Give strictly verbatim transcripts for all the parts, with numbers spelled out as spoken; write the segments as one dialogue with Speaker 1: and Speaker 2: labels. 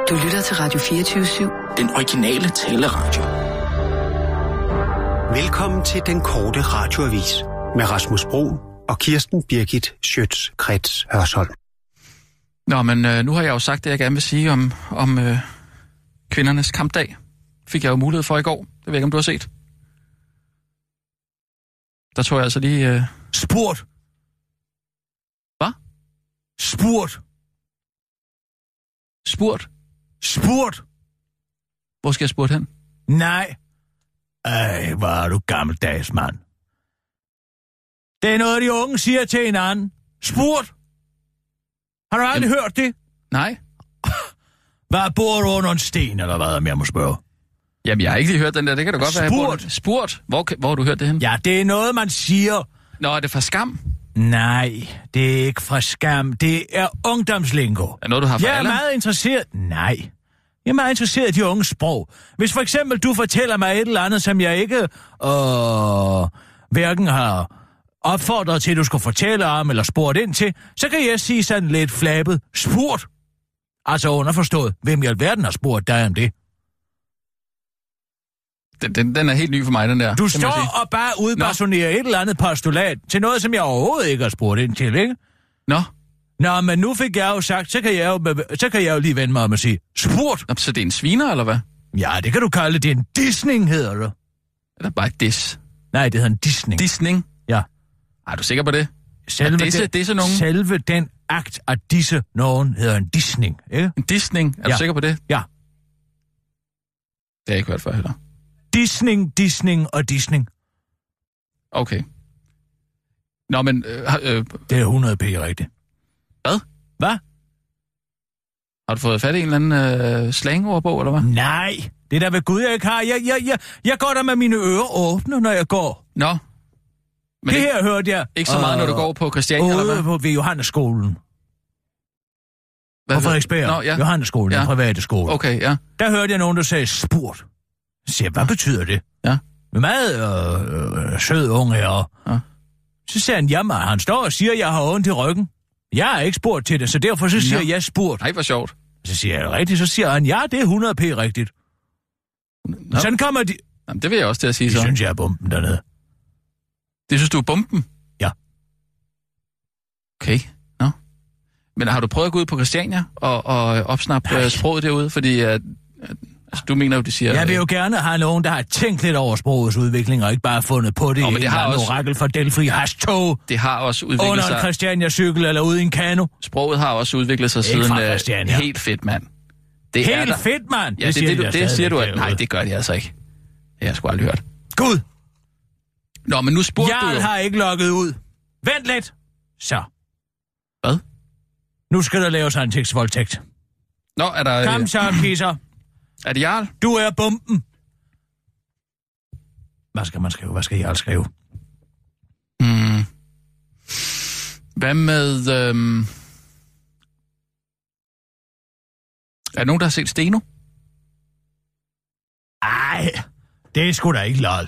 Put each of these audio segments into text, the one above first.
Speaker 1: Du lytter til Radio fireogtyve syv.
Speaker 2: Den originale taleradio.
Speaker 3: Velkommen til den korte radioavis med Rasmus Bro og Kirsten Birgit Schøtz-Krets Hørsholm.
Speaker 4: Nå, men øh, nu har jeg jo sagt det, jeg gerne vil sige om, om øh, kvindernes kampdag. Fik jeg jo mulighed for i går. Det ved jeg ikke, om du har set. Der tog jeg altså lige... Øh...
Speaker 5: Spurt!
Speaker 4: Hvad?
Speaker 5: Spurt!
Speaker 4: Spurt?
Speaker 5: Spurt!
Speaker 4: Hvor skal jeg spurte hen?
Speaker 5: Nej. Ej, hvor er du gammeldags, mand. Det er noget, de unge siger til hinanden. Spurt! Har du aldrig Jamen... hørt det?
Speaker 4: Nej.
Speaker 5: Hvad, bor du under en sten, eller hvad, om jeg må spørge?
Speaker 4: Jamen, jeg har ikke lige hørt den der. Det kan da godt
Speaker 5: Spurt.
Speaker 4: være, jeg Spurt! Hvor, hvor har du hørt det hen?
Speaker 5: Ja, det er noget, man siger.
Speaker 4: Nå, er det fra Skam?
Speaker 5: Nej, det er ikke fra Skam. Det er ungdomslingo.
Speaker 4: Er noget, du har fra
Speaker 5: Jeg er
Speaker 4: alle?
Speaker 5: meget interesseret... Nej. Jeg er meget interesseret i de unge sprog. Hvis for eksempel du fortæller mig et eller andet, som jeg ikke... Øh, hverken har opfordret til, at du skulle fortælle om, eller spurgt ind til, så kan jeg sige sådan lidt flabet. Spurgt! Altså underforstået, hvem i alverden har spurgt dig om det?
Speaker 4: Den, den, den er helt ny for mig, den der.
Speaker 5: Du står og bare udbasunerer et eller andet postulat til noget, som jeg overhovedet ikke har spurgt ind til, ikke?
Speaker 4: Nå.
Speaker 5: Nå, men nu fik jeg jo sagt, så kan jeg jo, så kan jeg jo lige vende mig om og sige, spurgt!
Speaker 4: Nå, så det er en sviner, eller hvad?
Speaker 5: Ja, det kan du kalde det. Det er en disning, hedder det.
Speaker 4: Eller bare et dis?
Speaker 5: Nej, det hedder en disning.
Speaker 4: Disning?
Speaker 5: Ja.
Speaker 4: Er du sikker på det?
Speaker 5: Selve,
Speaker 4: disse,
Speaker 5: den,
Speaker 4: disse nogen?
Speaker 5: selve den akt af disse nogen hedder en disning, ikke?
Speaker 4: En disning? Er
Speaker 5: ja.
Speaker 4: du sikker på det?
Speaker 5: Ja.
Speaker 4: Det har jeg ikke hørt før heller.
Speaker 5: Disning, disning og disning.
Speaker 4: Okay. Nå, men... Øh, øh,
Speaker 5: det er hundrede p rigtigt.
Speaker 4: Hvad?
Speaker 5: Hvad?
Speaker 4: Har du fået fat i en eller anden øh, slangordbog, eller hvad?
Speaker 5: Nej, det er da ved Gud, jeg ikke har. Jeg, jeg, jeg, jeg går der med mine ører åbne, når jeg går.
Speaker 4: Nå. Men
Speaker 5: det
Speaker 4: ikke,
Speaker 5: her hørte jeg.
Speaker 4: Ikke så meget, øh, når du går på Christiania, eller hvad?
Speaker 5: Ude ved Johannesskolen. På Frederiksberg.
Speaker 4: Nå, ja.
Speaker 5: Johannesskolen, ja. Den private skole.
Speaker 4: Okay, ja.
Speaker 5: Der hørte jeg nogen, der sagde spurt. Så siger jeg, hvad betyder det?
Speaker 4: Ja.
Speaker 5: Meget øh, øh, sød unge her. Ja. Så siger han, jamen, han står og siger, at jeg har ondt i ryggen. Jeg har ikke spurgt til det, så derfor så siger ja. jeg spurgt.
Speaker 4: Nej, hvor sjovt.
Speaker 5: Så siger jeg, rigtigt, så siger han, ja, det er hundrede p rigtigt. Nå. Sådan kommer de...
Speaker 4: Jamen, det vil jeg også til at sige
Speaker 5: det
Speaker 4: så.
Speaker 5: Det synes jeg er bomben dernede.
Speaker 4: Det synes du er bomben?
Speaker 5: Ja.
Speaker 4: Okay, nå. Men har du prøvet at gå ud på Christiania og, og opsnappe Nej. sproget derude? Fordi at, at, altså, du mener jo, de siger...
Speaker 5: Jeg vil jo gerne have nogen, der har tænkt lidt over sprogets udvikling, og ikke bare fundet på det i en orakel for Delphi Hashtog.
Speaker 4: Det har også udviklet
Speaker 5: under
Speaker 4: sig...
Speaker 5: Under en Christiania-cykel eller ude i en kano.
Speaker 4: Sproget har også udviklet sig ikke siden... Christiania. Helt fedt, mand.
Speaker 5: Det helt er fedt, mand?
Speaker 4: Ja, det, det, det, det, det siger du, at... Nej, det gør de altså ikke. Det har jeg sgu aldrig hørt.
Speaker 5: Gud!
Speaker 4: Nå, men nu spurgte
Speaker 5: jeg
Speaker 4: du jo...
Speaker 5: har ikke logget ud. Vent lidt. Så.
Speaker 4: Hvad?
Speaker 5: Nu skal der laves en tekstvoldtægt.
Speaker 4: Nå, er der...
Speaker 5: Kom så, kisser.
Speaker 4: Er det Jarl?
Speaker 5: Du er bomben. Hvad skal man skrive? Hvad skal Jarl skrive?
Speaker 4: Hmm. Hvad med... Øhm... Er der nogen, der har set Steno?
Speaker 5: Ej, det er sgu da ikke lol.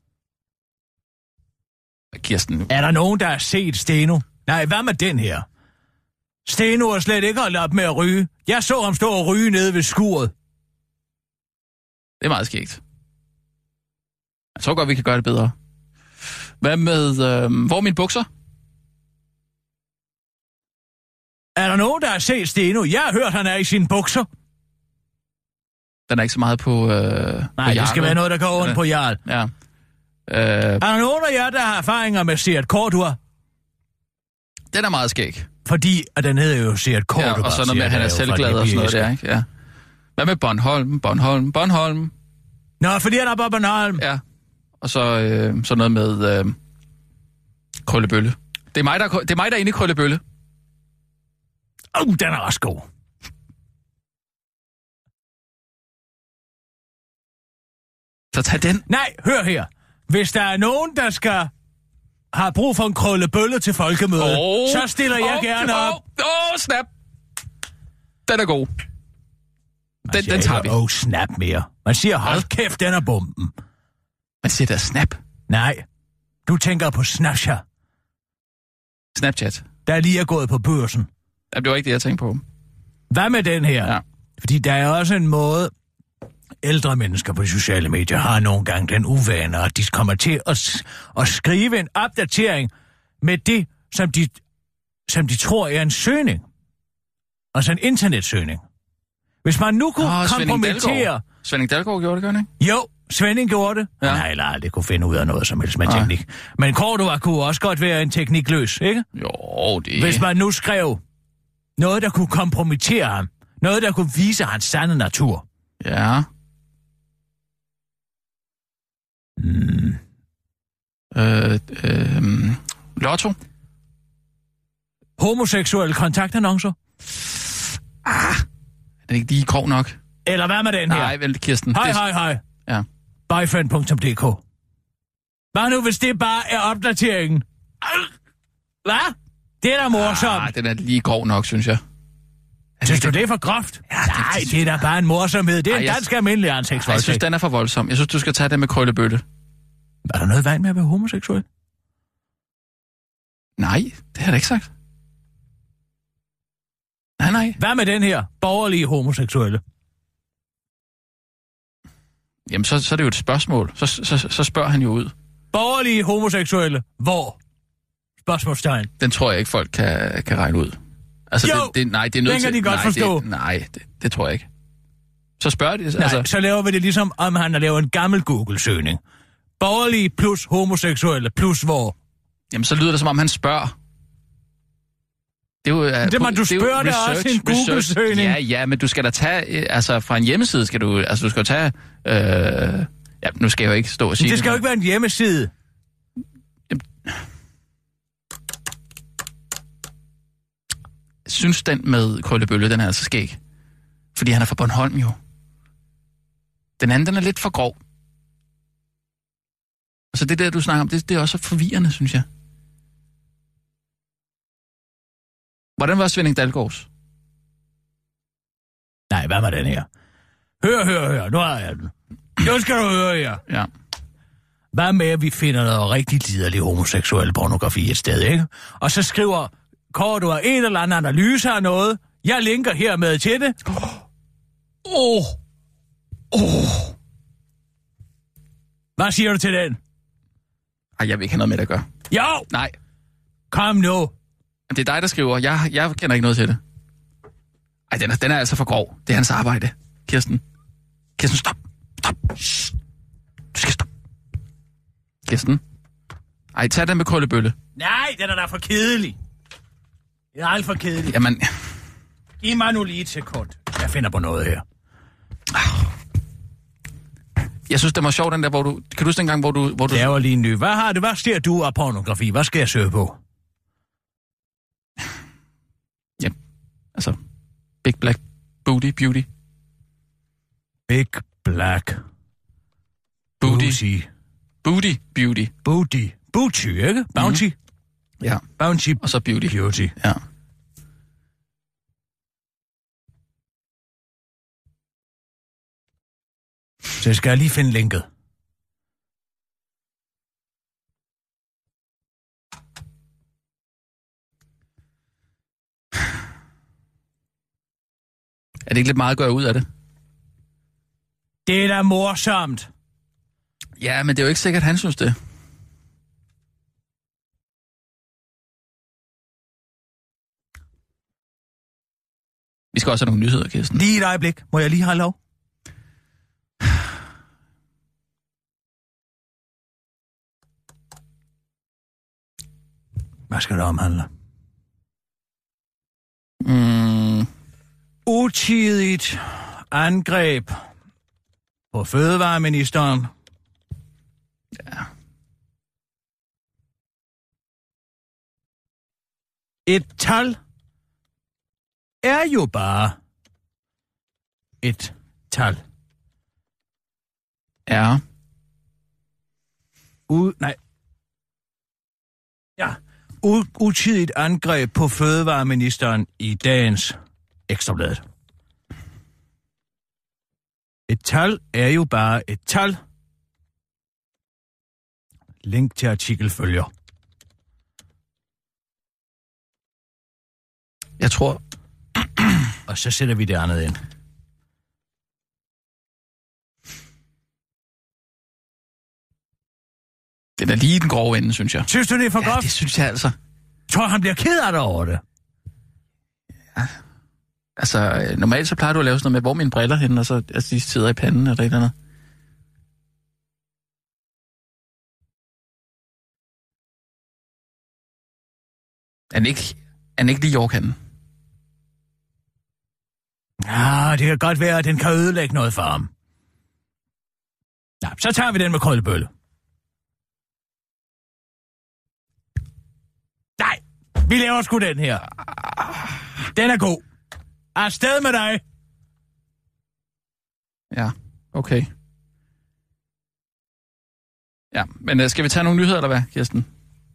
Speaker 4: Kirsten...
Speaker 5: Er der nogen, der har set Steno? Nej, hvad med den her? Steno har slet ikke holdt op med at ryge. Jeg så ham stå og ryge nede ved skuret.
Speaker 4: Det er meget skægt. Jeg tror godt, vi kan gøre det bedre. Hvad med... Øh, hvor er mine bukser?
Speaker 5: Er der nogen, der har set Steno? Jeg har hørt, han er i sine bukser.
Speaker 4: Den er ikke så meget på... Øh,
Speaker 5: Nej, på det skal være noget, der går ondt på Jarl.
Speaker 4: Ja.
Speaker 5: Øh... Er der nogen af jer, der har erfaringer med Seat Cordoba?
Speaker 4: Den er meget skæg.
Speaker 5: Fordi, at den hedder jo Seat Cordoba.
Speaker 4: Ja, og så noget med, at han er selvglad og sådan noget der, ikke? Ja. Hvad med Bornholm? Bornholm? Bornholm?
Speaker 5: Nå, fordi han er på Bornholm.
Speaker 4: Ja. Og så øh, så noget med øh, Krøllebølle. Det er mig, der, det er mig, der er inde i Krøllebølle.
Speaker 5: Åh, oh, den er også god.
Speaker 4: Så tag den.
Speaker 5: Nej, hør her. Hvis der er nogen, der skal have brug for en krøllebølle til folkemødet, oh, så stiller jeg oh, gerne op.
Speaker 4: Åh, oh, oh, snap. Den er god. Den, den tager vi.
Speaker 5: Åh, oh, snap mere. Man siger, hold kæft, den er bomben.
Speaker 4: Man siger der snap.
Speaker 5: Nej, du tænker på Snapchat.
Speaker 4: Snapchat.
Speaker 5: Der lige er gået på børsen.
Speaker 4: Jamen, det var ikke det, jeg tænkte på.
Speaker 5: Hvad med den her?
Speaker 4: Ja.
Speaker 5: Fordi der er også en måde, ældre mennesker på sociale medier har nogle gange den uvane, at de kommer til at, at skrive en opdatering med det, som de, som de tror er en søgning. Altså en internetsøgning. Hvis man nu kunne
Speaker 4: Åh,
Speaker 5: kompromittere...
Speaker 4: Svending Dalgaard gjorde det, gør han ikke?
Speaker 5: Jo, Svending gjorde det. Ja. Nej, eller aldrig kunne finde ud af noget som helst med ja. teknik. Men Cordua kunne også godt være en teknikløs, ikke?
Speaker 4: Jo, det...
Speaker 5: Hvis man nu skrev noget, der kunne kompromittere ham. Noget, der kunne vise hans sande natur.
Speaker 4: Ja.
Speaker 5: Hmm.
Speaker 4: Øh, øh, Lotto?
Speaker 5: Homoseksuelle kontaktannoncer?
Speaker 4: Ah, er det ikke lige grov nok?
Speaker 5: Eller hvad med den her?
Speaker 4: Nej, vel, Kirsten.
Speaker 5: Hej,
Speaker 4: det...
Speaker 5: hej, hej.
Speaker 4: Ja.
Speaker 5: Byfriend punktum d k. Hvad nu, hvis det bare er opdateringen? Hvad? Det er da morsomt.
Speaker 4: Ah, den er lige grov nok, synes jeg.
Speaker 5: Synes du, det er for groft? Ja, nej, det er da bare en morsomhed. Det er Ej, en ganske jeg... almindelig ansigtsvoldtægt.
Speaker 4: Jeg synes, den er for voldsom. Jeg synes, du skal tage det med krøllebøtte.
Speaker 5: Er der noget vej med at være homoseksuel?
Speaker 4: Nej, det har jeg da ikke sagt. Nej, nej.
Speaker 5: Hvad med den her borgerlige homoseksuelle?
Speaker 4: Jamen, så, så er det jo et spørgsmål. Så, så, så spørger han jo ud.
Speaker 5: Borgerlige homoseksuelle, hvor? Spørgsmålstegn.
Speaker 4: Den tror jeg ikke, folk kan, kan regne ud. Altså,
Speaker 5: jo,
Speaker 4: det, det, nej, det er nødt
Speaker 5: den kan
Speaker 4: til,
Speaker 5: de godt
Speaker 4: nej,
Speaker 5: forstå.
Speaker 4: Det, nej, det, det tror jeg ikke. Så spørger de.
Speaker 5: Nej,
Speaker 4: altså.
Speaker 5: så laver vi det ligesom, om han har lavet en gammel Google-søgning. Borgerlige plus homoseksuelle plus hvor?
Speaker 4: Jamen, så lyder det, som om han spørger. Det er jo... Uh,
Speaker 5: det, man, du spørger da også en Google-søgning.
Speaker 4: Ja, ja, men du skal da tage... Altså, fra en hjemmeside skal du... Altså, du skal tage... Øh, ja, nu skal jeg jo ikke stå og sige
Speaker 5: det. Det skal
Speaker 4: det,
Speaker 5: jo ikke være en hjemmeside.
Speaker 4: Jamen, jeg synes, den med Krøllebølle, den er altså skæg. Fordi han er fra Bornholm, jo. Den anden, den er lidt for grov. Altså, det der, du snakker om, det, det er også forvirrende, synes jeg. Hvordan var Svending Dalgaards?
Speaker 5: Nej, hvad var den her? Hør, hør, hør. Nu har jeg den. Nu skal du høre her.
Speaker 4: Ja.
Speaker 5: Hvad med, at vi finder noget rigtig liderlig homoseksuel pornografi et sted, ikke? Og så skriver Cordua en eller anden analyse af noget. Jeg linker hermed til det. Åh. Oh. Åh. Oh. Hvad siger du til den?
Speaker 4: Ej, jeg vil ikke have noget med det at gøre.
Speaker 5: Jo!
Speaker 4: Nej.
Speaker 5: Kom nu.
Speaker 4: Det er dig, der skriver. Jeg, jeg kender ikke noget til det. Ej, den er, den er altså for grov. Det er hans arbejde. Kirsten. Kirsten, stop. Stop. Shh. Du skal stoppe. Kirsten. Ej, tag den med Krøllebølle.
Speaker 5: Nej, den er da for kedelig. Den er alt for kedelig.
Speaker 4: Jamen...
Speaker 5: Giv mig nu lige et sekund. Jeg finder på noget her.
Speaker 4: Jeg synes, det var sjovt, den der, hvor du... Kan du huske den gang, hvor du... Hvor du...
Speaker 5: Det var lige en ny. Hvad har det? Hvad ser du af pornografi? Hvad skal jeg søge på?
Speaker 4: Ja, altså... Big Black Booty Beauty.
Speaker 5: Big Black...
Speaker 4: Booty.
Speaker 5: Booty.
Speaker 4: Booty Beauty.
Speaker 5: Booty. Booty, ikke? Bounty?
Speaker 4: Mm-hmm. Ja.
Speaker 5: Bounty.
Speaker 4: Og så Beauty.
Speaker 5: Beauty.
Speaker 4: Ja.
Speaker 5: Så jeg skal lige finde linket.
Speaker 4: Er det ikke lidt meget at gøre ud af det?
Speaker 5: Det er da morsomt.
Speaker 4: Ja, men det er jo ikke sikkert, at han synes det. Vi skal også have nogle nyheder, Kirsten.
Speaker 5: Lige et øjeblik. Må jeg lige have lov? Hvad skal det omhandle?
Speaker 4: Mm.
Speaker 5: Utidigt angreb på fødevareministeren.
Speaker 4: Ja.
Speaker 5: Et tal er jo bare et tal.
Speaker 4: Ja.
Speaker 5: U- nej. Ja. U- utidigt angreb på fødevareministeren i dagens Ekstrabladet. Et tal er jo bare et tal. Link til artikel følger.
Speaker 4: Jeg tror...
Speaker 5: Og så sætter vi det andet ind.
Speaker 4: Det er lige den grove ende, synes jeg.
Speaker 5: Synes du, det er for
Speaker 4: Ja,
Speaker 5: godt?
Speaker 4: det synes jeg altså.
Speaker 5: Jeg tror, han bliver ked af det over det.
Speaker 4: Ja. Altså, normalt så plejer du at lave sådan noget med, hvor mine briller henne, og så altså, de sidder i panden eller et eller andet. Er den ikke, er den ikke lige jordkanden?
Speaker 5: Ja, det kan godt være, at den kan ødelægge noget for ham. Ja, så tager vi den med krøllebølle. Nej, vi laver sgu den her. Den er god. Afsted med dig.
Speaker 4: Ja, okay. Ja, men uh, skal vi tage nogle nyheder, eller hvad, Kirsten?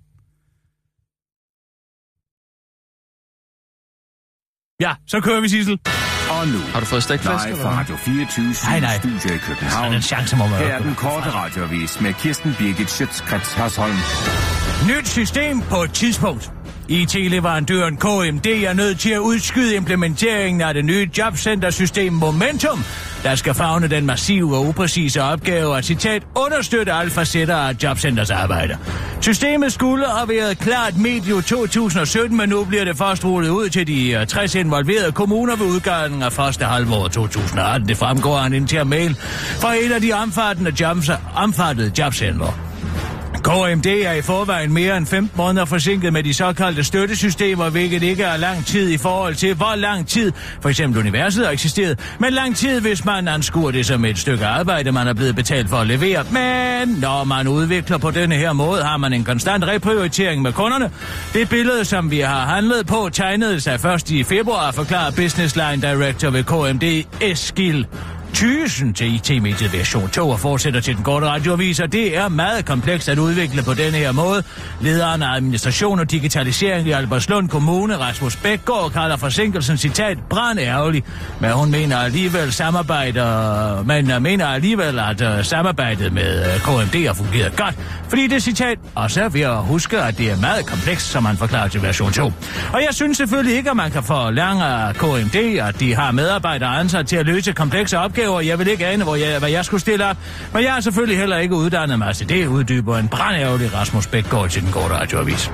Speaker 5: Ja, så kører vi, Sissel.
Speaker 6: Og nu,
Speaker 4: Har du fået stikflæsk,
Speaker 6: live
Speaker 4: eller
Speaker 6: fra
Speaker 4: hvad?
Speaker 6: Radio fireogtyve
Speaker 5: Nej, nej.
Speaker 6: Studio i
Speaker 5: Sådan
Speaker 6: København.
Speaker 5: en chance må man
Speaker 6: Her
Speaker 5: jo
Speaker 6: er
Speaker 5: kunne
Speaker 6: den
Speaker 5: få
Speaker 6: korte
Speaker 5: fra.
Speaker 6: radioavis med Kirsten Birgit Schøtzgrads Hasholm.
Speaker 5: Nyt system på et tidspunkt. I T-leverandøren K M D er nødt til at udskyde implementeringen af det nye jobcentersystem Momentum, der skal favne den massive og upræcise opgave at, citat, understøtte alle facetter af jobcenters arbejde. Systemet skulle have været klart medio to tusind og sytten, men nu bliver det først rullet ud til de tres involverede kommuner ved udgangen af første halvår to tusind og atten. Det fremgår af en intern mail fra et af de omfattende jobs, omfattede jobcenter. K M D er i forvejen mere end femten måneder forsinket med de såkaldte støttesystemer, hvilket ikke er lang tid i forhold til, hvor lang tid for eksempel universet har eksisteret, men lang tid, hvis man anskuer det som et stykke arbejde, man er blevet betalt for at levere. Men når man udvikler på denne her måde, har man en konstant reprioritering med kunderne. Det billede, som vi har handlet på, tegnede sig først i februar, forklarer Business Line Director ved K M D, Eskil Thyssen til I T-mediet version to og fortsætter til den korte radioavis, og det er meget komplekst at udvikle på denne her måde. Lederen af administration og digitalisering i Albertslund Kommune, Rasmus Bækgaard, kalder forsinkelsen, citat, brandærgerlig, men hun mener alligevel samarbejder, men mener alligevel, at uh, samarbejdet med uh, K M D har fungeret godt, fordi det citat også er ved at huske, at det er meget komplekst, som han forklarer til version to. Og jeg synes selvfølgelig ikke, at man kan forlange af K M D, at de har medarbejdere ansat til at løse komplekse opgaver. Jeg vil ikke ane, hvor jeg, hvad jeg skulle stille op, men jeg er selvfølgelig heller ikke uddannet mig til det, uddyber en brandærgerlig Rasmus Bækgaard til den korte radioavis.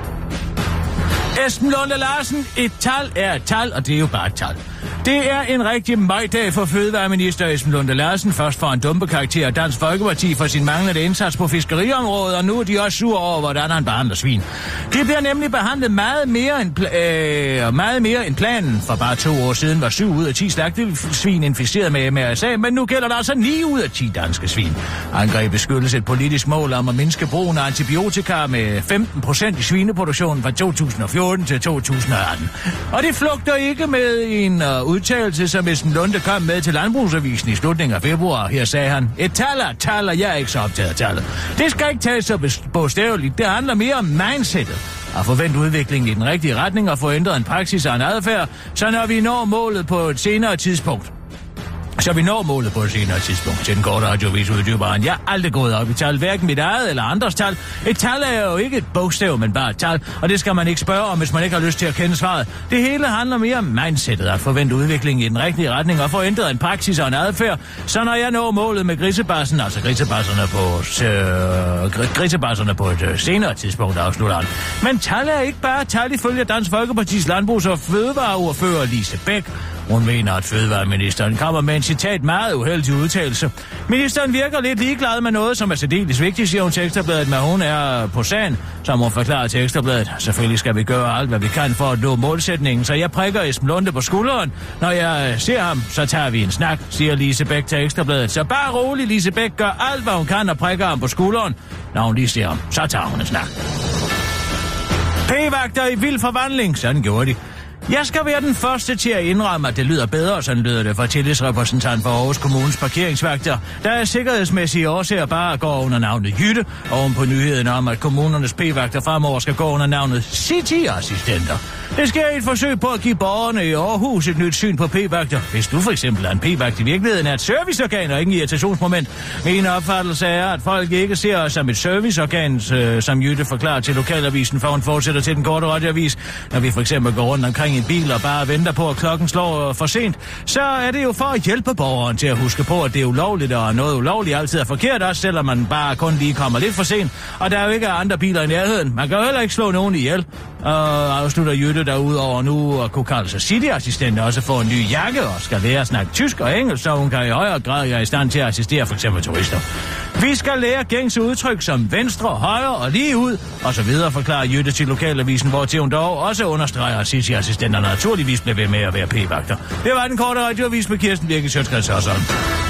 Speaker 5: Esben Lunde Larsen, et tal er et tal, og det er jo bare et tal. Det er en rigtig møgdag for fødevareminister Esben Lunde Larsen. Først får en dumpe karakter af Dansk Folkeparti for sin manglende indsats på fiskeriområdet, og nu er de også sure over, hvordan han behandler svin. Det bliver nemlig behandlet meget mere end, pl- øh, meget mere end planen. For bare to år siden var syv ud af ti slagtesvin inficeret med M R S A, men nu gælder der altså ni ud af ti danske svin. Angrebet skyldes et politisk mål om at mindske brugen af antibiotika med femten procent i svineproduktionen fra to tusind og fjorten til to tusind og atten. Og det flugter ikke med en uh, udtalelse, som Esben Lunde kom med til Landbrugsavisen i slutningen af februar. Her sagde han, et tal er tal, og jeg er ikke så optaget af tallet. Det skal ikke tages så bogstaveligt. Det handler mere om mindsetet. At forvente udviklingen i den rigtige retning og få ændret en praksis og en adfærd, så når vi når målet på et senere tidspunkt. Så vi når målet på et senere tidspunkt. Til den korte radiovis uddyberen. Jeg er aldrig gået op i tal, hverken mit eget eller andres tal. Et tal er jo ikke et bogstav, men bare et tal, og det skal man ikke spørge om, hvis man ikke har lyst til at kende svaret. Det hele handler mere om mindsetet, at forvente udviklingen i den rigtige retning og få ændret en praksis og en adfærd. Så når jeg når målet med grisebassen, altså grisebasserne på, øh, grisebasserne på et øh, senere tidspunkt, afslutter han. Men tal er ikke bare tal ifølge Dansk Folkepartis landbrugs- og fødevareordfører Lise Bæk. Hun mener, at fødevareministeren kommer med en citat meget uheldig udtalelse. Ministeren virker lidt ligeglad med noget, som er særdeles vigtigt, siger hun til Ekstrabladet, men hun er på sagen, som hun forklarer til Ekstrabladet. Selvfølgelig skal vi gøre alt, hvad vi kan for at nå målsætningen, så jeg prikker Esben Lunde på skulderen. Når jeg ser ham, så tager vi en snak, siger Lise Bæk til Ekstrabladet. Så bare rolig, Lise Bæk gør alt, hvad hun kan og prikker ham på skulderen. Når hun lige ser ham, så tager hun en snak. P-vagter i vild forvandling, sådan gjorde de. Jeg skal være den første til at indrømme, at det lyder bedre, sådan lyder det fra tillidsrepræsentant for Aarhus Kommunes parkeringsvagter, der er sikkerhedsmæssige årsager bare går under navnet Jytte, oven på nyheden om, at kommunernes p-vagter fremover skal gå under navnet City-assistenter. Det sker i et forsøg på at give borgerne i Aarhus et nyt syn på p-vagter. Hvis du for eksempel er en p-vagt i virkeligheden er et serviceorgan og ikke en irritationsmoment. Min opfattelse er, at folk ikke ser os som et serviceorgan, øh, som Jytte forklarer til lokalavisen, for hun fortsætter til den korte radioavis. Når vi for eksempel går rundt omkring i en bil og bare venter på, at klokken slår for sent, så er det jo for at hjælpe borgeren til at huske på, at det er ulovligt, og noget ulovligt altid er forkert, også selvom man bare kun lige kommer lidt for sent, og der er jo ikke andre biler i nærheden. Man kan jo heller ikke slå nogen ihjel. Og afslutter Jytte derudover nu og kunne kalde sig City-assistent også få en ny jakke og skal lære at snakke tysk og engelsk, så hun kan i højere grad være i stand til at assistere for eksempel turister. Vi skal lære gængse udtryk som venstre, højre og lige ud, og så videre, forklarer Jytte til lokalavisen, hvor til hun dog også understreger, at City-assistenter naturligvis bliver ved med at være p-vagter. Det var den korte radioavis med Kirsten Birgit Sjøtskreds Hørsholm.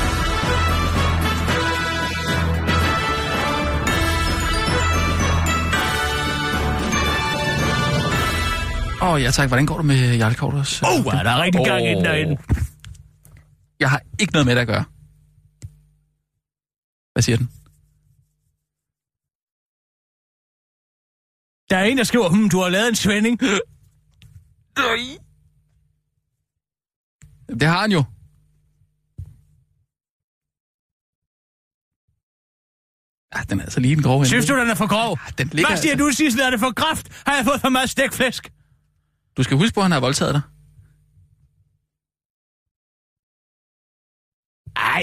Speaker 4: Åh, oh, ja tak. Hvordan går det med hjertekorters?
Speaker 5: Åh, oh, er der rigtig gang
Speaker 4: oh.
Speaker 5: inden derinde?
Speaker 4: Jeg har ikke noget med det at gøre. Hvad siger den?
Speaker 5: Der er en, der skriver, hm, du har lavet en svending.
Speaker 4: Det har han jo. Ja, den er altså lige den grove.
Speaker 5: Synes du, den er for grov?
Speaker 4: Ja, den ligger
Speaker 5: hvad siger
Speaker 4: altså...
Speaker 5: du, Sissel? Er det for kraft? Har jeg fået for meget stækflæsk?
Speaker 4: Du skal huske på, at han har voldtaget dig.
Speaker 5: Ej.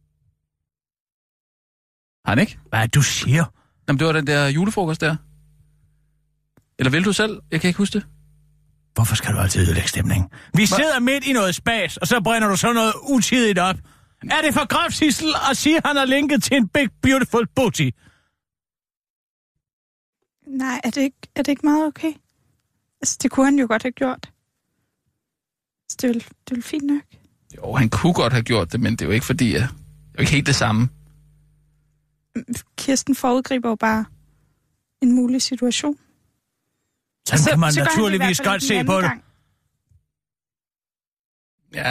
Speaker 4: Har han ikke?
Speaker 5: Hvad du siger?
Speaker 4: Jamen, det var den der julefrokost der. Eller vil du selv? Jeg kan ikke huske det.
Speaker 5: Hvorfor skal du altid ødelægge stemningen? Vi Hva? sidder midt i noget spas, og så brænder du så noget utidigt op. Er det for groft, Sissel, at sige, at han har linket til en big, beautiful booty?
Speaker 7: Nej, er det ikke, er det ikke meget okay? Altså, det kunne han jo godt have gjort. Altså, det er jo, det er jo fint nok.
Speaker 4: Jo, han kunne godt have gjort det, men det er jo ikke fordi, at det er jo ikke helt det samme.
Speaker 7: Kirsten forudgriber jo bare en mulig situation.
Speaker 5: Sådan så, kan man naturligvis godt se på det.
Speaker 7: Gang.
Speaker 4: Ja.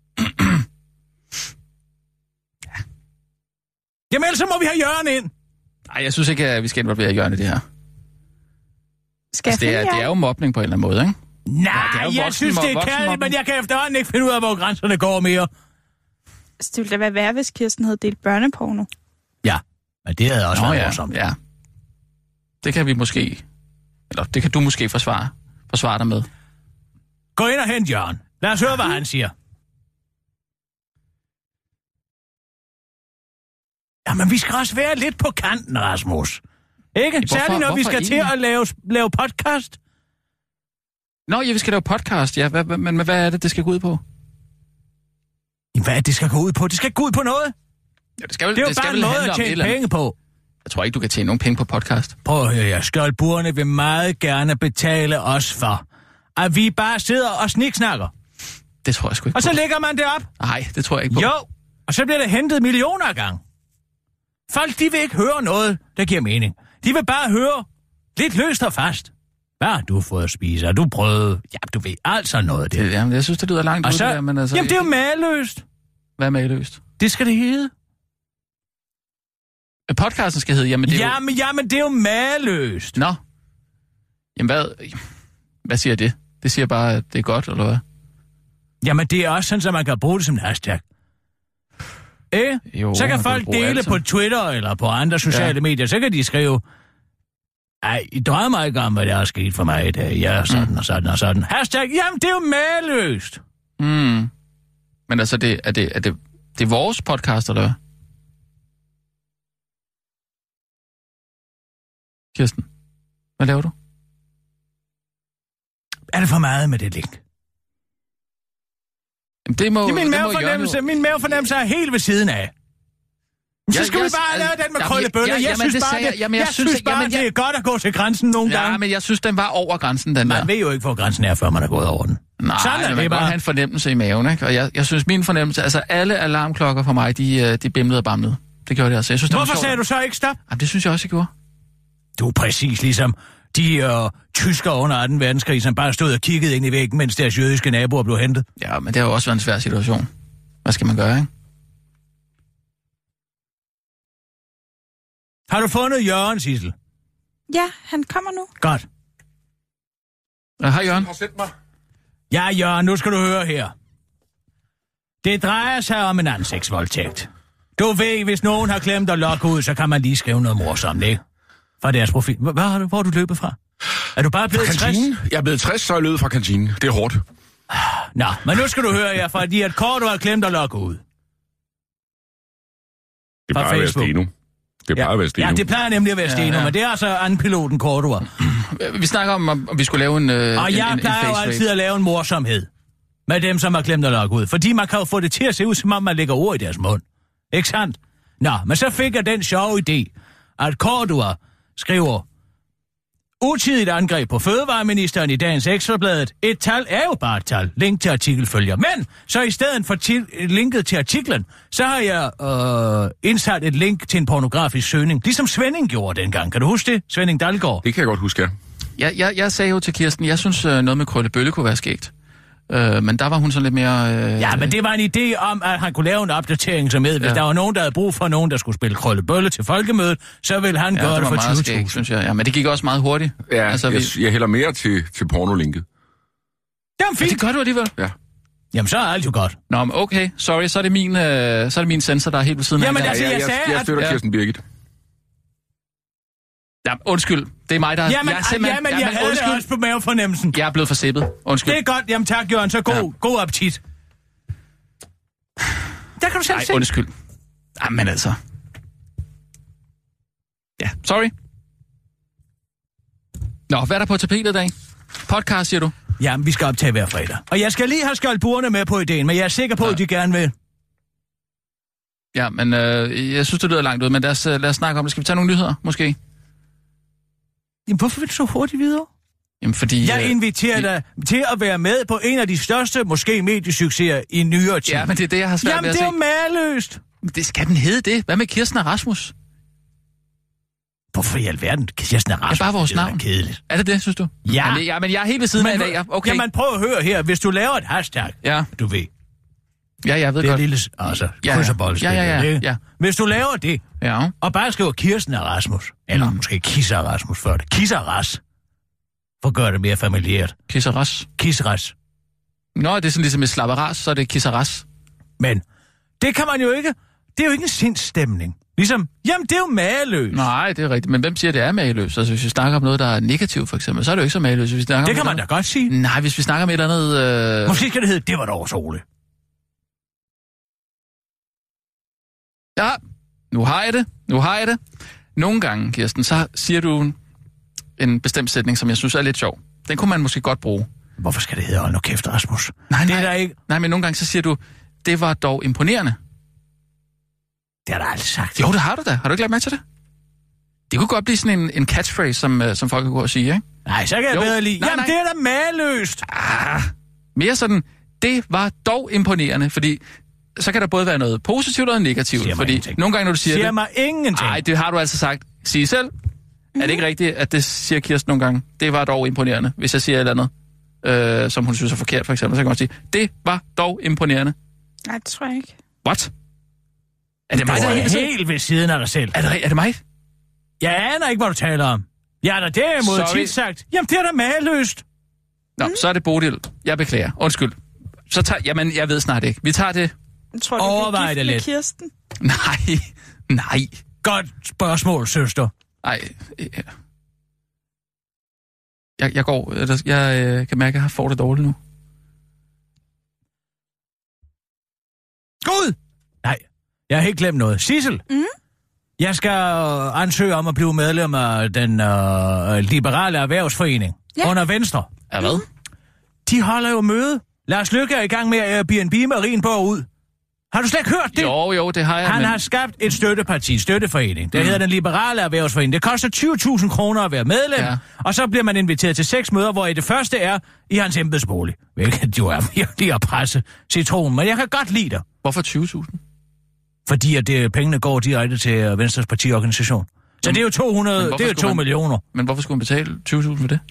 Speaker 5: ja. Jamen ellers så må vi have Jørgen ind.
Speaker 4: Nej, jeg synes ikke, at vi skal involvere Jørgen i det her.
Speaker 7: Skal
Speaker 4: altså, det, er, det er jo mobning på en eller anden måde, ikke?
Speaker 5: Nej, ja, jeg voksen, synes, det er kærligt, men jeg kan efterhånden ikke finde ud af, hvor grænserne går mere.
Speaker 7: Altså, det ville da være værre, hvis Kirsten havde delt børneporno.
Speaker 5: Ja, men det havde også
Speaker 4: Nå,
Speaker 5: været
Speaker 4: ja,
Speaker 5: morsomt.
Speaker 4: Ja, det kan vi måske... Eller det kan du måske forsvare, forsvare dig med.
Speaker 5: Gå ind og hent Jørgen. Lad os høre, hvad han siger. Jamen, vi skal også være lidt på kanten, Rasmus. Ikke? Hvorfor, Særligt når vi skal egentlig? til at lave, lave podcast.
Speaker 4: Nå, ja, vi skal lave podcast, ja. Hvad, men hvad er det, det skal gå ud på?
Speaker 5: Jamen, hvad er det, det skal gå ud på? Det skal gå ud på noget.
Speaker 4: Ja, det, skal vel,
Speaker 5: det er jo
Speaker 4: det
Speaker 5: bare
Speaker 4: skal
Speaker 5: en måde at tjene penge på.
Speaker 4: Jeg tror ikke, du kan tjene nogen penge på podcast.
Speaker 5: Prøv at høre, ja. Skjoldburerne vil meget gerne betale os for, at vi bare sidder og sniksnakker.
Speaker 4: Det tror jeg sgu ikke
Speaker 5: Og
Speaker 4: på.
Speaker 5: så lægger man det op.
Speaker 4: Nej, det tror jeg ikke på.
Speaker 5: Jo, og så bliver det hentet millioner af gang. Folk, de vil ikke høre noget, der giver mening. De vil bare høre lidt løst og fast. Hvad har du fået at spise? Har du prøvet? Ja, du ved altså noget af det.
Speaker 4: det jamen, jeg synes, det lyder langt ud der, men altså...
Speaker 5: Jamen, det er jo mageløst.
Speaker 4: Hvad er mageløst?
Speaker 5: Det skal det hedde.
Speaker 4: Podcasten skal hedde, jamen det er
Speaker 5: jamen, jo... Jamen, det er jo mageløst.
Speaker 4: Nå. Jamen, hvad... Hvad siger det? Det siger bare, at det er godt, eller hvad?
Speaker 5: Jamen, det er også sådan, at man kan bruge det som en hashtag. Eh? Jo, så kan folk kan dele på Twitter eller på andre sociale ja. medier. Så kan de skrive, ej, I drømmer mig ikke om, hvad der er sket for mig i dag. Ja, sådan mm. og sådan og sådan. Hashtag, jamen, det er jo mageløst.
Speaker 4: Mm. Men altså, det, er, det, er, det, det er vores podcast, eller hvad? Kirsten, hvad laver du?
Speaker 5: Er det for meget med det link?
Speaker 4: Jamen, det må,
Speaker 5: ja, min,
Speaker 4: det
Speaker 5: mavefornemmelse, min mavefornemmelse er helt ved siden af. Men så ja, skal jeg, vi bare lave den med krøllebølle. Jeg, jeg synes bare, det, jeg, jeg synes, bare jamen, det er godt at gå til grænsen nogle
Speaker 4: ja,
Speaker 5: gange.
Speaker 4: Ja, men jeg synes, den var over grænsen, den
Speaker 5: man
Speaker 4: der.
Speaker 5: Man ved jo ikke, hvor grænsen er, før man er gået over den.
Speaker 4: Nej, sådan er man kan bare have en fornemmelse i maven, ikke? Og jeg, jeg synes, min fornemmelse... Altså, alle alarmklokker for mig, de, de bimlede og bamlede. Det gjorde det altså. Jeg synes,
Speaker 5: hvorfor sagde du så ikke stop?
Speaker 4: Jamen, det synes jeg også, jeg gjorde.
Speaker 5: Du er præcis ligesom de øh, tyskere under anden verdenskrig, som bare stod og kiggede ind i væggen, mens deres jødiske naboer blev hentet.
Speaker 4: Ja, men det har jo også været en svær situation. Hvad skal man gøre, ikke?
Speaker 5: Har du fundet Jørgen, Sissel?
Speaker 7: Ja, han kommer nu.
Speaker 5: Godt.
Speaker 4: Ja, hej, Jørgen.
Speaker 8: Har sendt mig.
Speaker 5: Ja, Jørgen, nu skal du høre her. Det drejer sig om en ansigtsvoldtægt. Du ved, hvis nogen har glemt at logge ud, så kan man lige skrive noget morsomt, ikke? Fra deres profil. Hvor har du, hvor har du løbet fra? Er du bare blevet tres?
Speaker 8: Kantinen? Jeg er blevet tres, så er jeg løbet fra kantinen. Det er hårdt.
Speaker 5: Nå, men nu skal du høre her, fordi at Cordua har glemt at logge ud.
Speaker 8: Det plejer at være Steno. Det plejer
Speaker 5: ja.
Speaker 8: at være Steno.
Speaker 5: Ja, det plejer nemlig at være Steno, ja, ja. Men det er altså anden piloten Cordua.
Speaker 4: Vi snakker om, om vi skulle lave en øh,
Speaker 5: Og jeg
Speaker 4: en,
Speaker 5: plejer
Speaker 4: en
Speaker 5: jo altid at lave en morsomhed med dem, som har glemt at logge ud. Fordi man kan jo få det til at se ud, som om man lægger ord i deres mund. Ikke sandt? Nå, men så fik jeg den sjove idé, at Cordua skriver... Utidigt angreb på fødevareministeren i dagens Ekstrabladet. Et tal er jo bare et tal. Link til artikel følger. Men så i stedet for til, linket til artiklen, så har jeg øh, indsat et link til en pornografisk søgning. Ligesom Svending gjorde dengang. Kan du huske det? Svending Dalgaard.
Speaker 8: Det kan jeg godt huske, ja.
Speaker 4: Jeg, jeg, jeg sagde jo til Kirsten, jeg synes øh, noget med Krølle-Bølle kunne være skægt. Øh, men der var hun sådan lidt mere... Øh...
Speaker 5: Ja, men det var en idé om, at han kunne lave en opdatering som med. Hvis ja. der var nogen, der havde brug for nogen, der skulle spille Krølle-Bølle til folkemødet, så ville han ja, gøre det, det for tyve tusind.
Speaker 4: Synes jeg. Ja, men det gik også meget hurtigt.
Speaker 8: Ja, altså, jeg, vi... jeg hælder mere til, til pornolinket.
Speaker 5: Jamen fint.
Speaker 4: Ja, det gør du alligevel.
Speaker 8: Ja.
Speaker 5: Jamen, så er alt jo godt.
Speaker 4: Nå, men okay. Sorry, så er det min, øh, så er det min sensor, der er helt ved siden af.
Speaker 5: Jamen,
Speaker 8: ja,
Speaker 5: altså, jeg,
Speaker 8: jeg,
Speaker 5: sagde,
Speaker 8: jeg, jeg støtter
Speaker 5: at...
Speaker 8: Kirsten Birgit.
Speaker 4: Ja, undskyld. Det er mig, der...
Speaker 5: Jamen,
Speaker 4: jeg er simpelthen...
Speaker 5: jamen, jeg jamen, havde undskyld. Det også på mavefornemmelsen.
Speaker 4: Jeg er blevet forsippet. Undskyld.
Speaker 5: Det er godt. Jamen tak, Jørgen. Så god, ja. god appetit. Der kan du selv
Speaker 4: Ej,
Speaker 5: se.
Speaker 4: undskyld. Jamen altså... Ja, sorry. Nå, hvad er der på tapetet i dag? Podcast, siger du?
Speaker 5: Jamen, vi skal optage hver fredag. Og jeg skal lige have skjoldburene med på ideen, men jeg er sikker på, ja. at de gerne vil.
Speaker 4: Ja, men øh, jeg synes, det lyder langt ud, men lad os, lad os snakke om det. Skal vi tage nogle nyheder, måske?
Speaker 5: Jamen, hvorfor vil du så hurtigt videre?
Speaker 4: Jamen, fordi...
Speaker 5: Jeg inviterer
Speaker 4: øh,
Speaker 5: dig vi... til at være med på en af de største, måske mediesucceser i nyere tid.
Speaker 4: Ja, men det er det, jeg har svært
Speaker 5: Jamen,
Speaker 4: ved at se.
Speaker 5: Jamen, det er jo maløst.
Speaker 4: Det skal den hedde det. Hvad med Kirsten og Rasmus?
Speaker 5: Hvorfor i alverden? Kirsten og Rasmus?
Speaker 4: Det er bare vores
Speaker 5: det
Speaker 4: navn.
Speaker 5: Er kedeligt.
Speaker 4: Er det det, synes du?
Speaker 5: Ja.
Speaker 4: Jamen, ja, men jeg er helt ved siden
Speaker 5: men,
Speaker 4: af det. Ja, okay.
Speaker 5: Jamen, prøv at høre her. Hvis du laver et hashtag,
Speaker 4: ja.
Speaker 5: du ved.
Speaker 4: Ja, jeg ved
Speaker 5: det er
Speaker 4: godt.
Speaker 5: lille, altså,
Speaker 4: ja,
Speaker 5: kryds og boldspil.
Speaker 4: Ja, ja, ja, ja.
Speaker 5: Hvis du laver det,
Speaker 4: ja.
Speaker 5: og bare skriver Kirsten og Rasmus, eller mm. måske Kisser og Rasmus før det. Kisser og Ras. For at gøre det mere familiært.
Speaker 4: Kisser og Ras.
Speaker 5: Kisser og Ras.
Speaker 4: Nå, det er sådan ligesom et slapperas, så er det Kisser og Ras.
Speaker 5: Men det kan man jo ikke. Det er jo ikke en sindsstemning. Ligesom, jamen det er jo mageløst.
Speaker 4: Nej, det er rigtigt. Men hvem siger, det er mageløst? Altså hvis vi snakker om noget, der er negativt, for eksempel, så er det jo ikke så mageløst. Hvis vi
Speaker 5: det kan man da godt sige.
Speaker 4: Nej, hvis vi snakker om et eller andet... Øh...
Speaker 5: Måske skal det hedde, det var dog Ole.
Speaker 4: Ja, nu har jeg det. Nu har jeg det. Nogle gange, Kirsten, så siger du en bestemt sætning, som jeg synes er lidt sjov. Den kunne man måske godt bruge.
Speaker 5: Hvorfor skal det hedde, hold nu kæft, Rasmus?
Speaker 4: Nej,
Speaker 5: det
Speaker 4: nej,
Speaker 5: er der ikke.
Speaker 4: Nej, men nogle gange så siger du, det var dog imponerende.
Speaker 5: Det har du aldrig sagt.
Speaker 4: Jo, det har du da. Har du ikke lagt mærke til det? Det kunne godt blive sådan en, en catchphrase, som, som folk kan gå og sige, ikke?
Speaker 5: Nej, så kan jeg jo. bedre lide. Nej, Jamen, nej. det er da mageløst.
Speaker 4: Ah, mere sådan, det var dog imponerende, fordi så kan der både være noget positivt og noget negativt. Fordi ingenting. Nogle gange, når du siger,
Speaker 5: siger
Speaker 4: det...
Speaker 5: mig ingenting.
Speaker 4: Nej, det har du altså sagt. Sig selv. Mm-hmm. Er det ikke rigtigt, at det siger Kirsten nogle gange? Det var dog imponerende, hvis jeg siger et eller andet, øh, som hun synes er forkert, for eksempel. Så kan man sige, det var dog imponerende.
Speaker 7: Nej, det tror jeg ikke.
Speaker 4: What? Er det mig,
Speaker 5: der
Speaker 4: er
Speaker 5: helt, helt ved siden af dig selv?
Speaker 4: Er det, er det mig?
Speaker 5: Jeg aner ikke, hvad du taler om. Jeg har da derimod tit sagt, jamen det er da mageløst.
Speaker 4: Nå, mm. så er det Bodil. Jeg beklager. Undskyld. Så tager, jamen, jeg ved snart ikke. Vi tager det.
Speaker 7: Jeg tror, du
Speaker 5: Overvej
Speaker 7: bliver gift med Kirsten.
Speaker 4: Nej, nej.
Speaker 5: Godt spørgsmål, søster.
Speaker 4: Nej. Jeg, jeg går. Jeg, jeg kan mærke, at jeg får det dårligt nu.
Speaker 5: Gud! Nej, jeg har helt glemt noget. Sissel,
Speaker 7: mm?
Speaker 5: jeg skal ansøge om at blive medlem af den øh, liberale erhvervsforening ja. under Venstre.
Speaker 4: Ja, hvad?
Speaker 5: De holder jo møde. Lars Løkke er i gang med at Airbnb Marienborg ud. Har du slet ikke hørt det?
Speaker 4: Jo, jo, det har jeg.
Speaker 5: Han
Speaker 4: men...
Speaker 5: har skabt et støtteparti, støtteforening. Det mm. hedder den liberale erhvervsforening. Det koster tyve tusind kroner at være medlem, ja. og så bliver man inviteret til seks møder, hvor i det første er i hans embedsbolig. Hvilket jo er virkelig at presse citronen, men jeg kan godt lide det.
Speaker 4: Hvorfor tyve tusind?
Speaker 5: Fordi at det, pengene går direkte til Venstres partiorganisation. Så men, det er jo to hundrede, det er jo to man, millioner.
Speaker 4: Men hvorfor skulle man betale tyve tusind for det?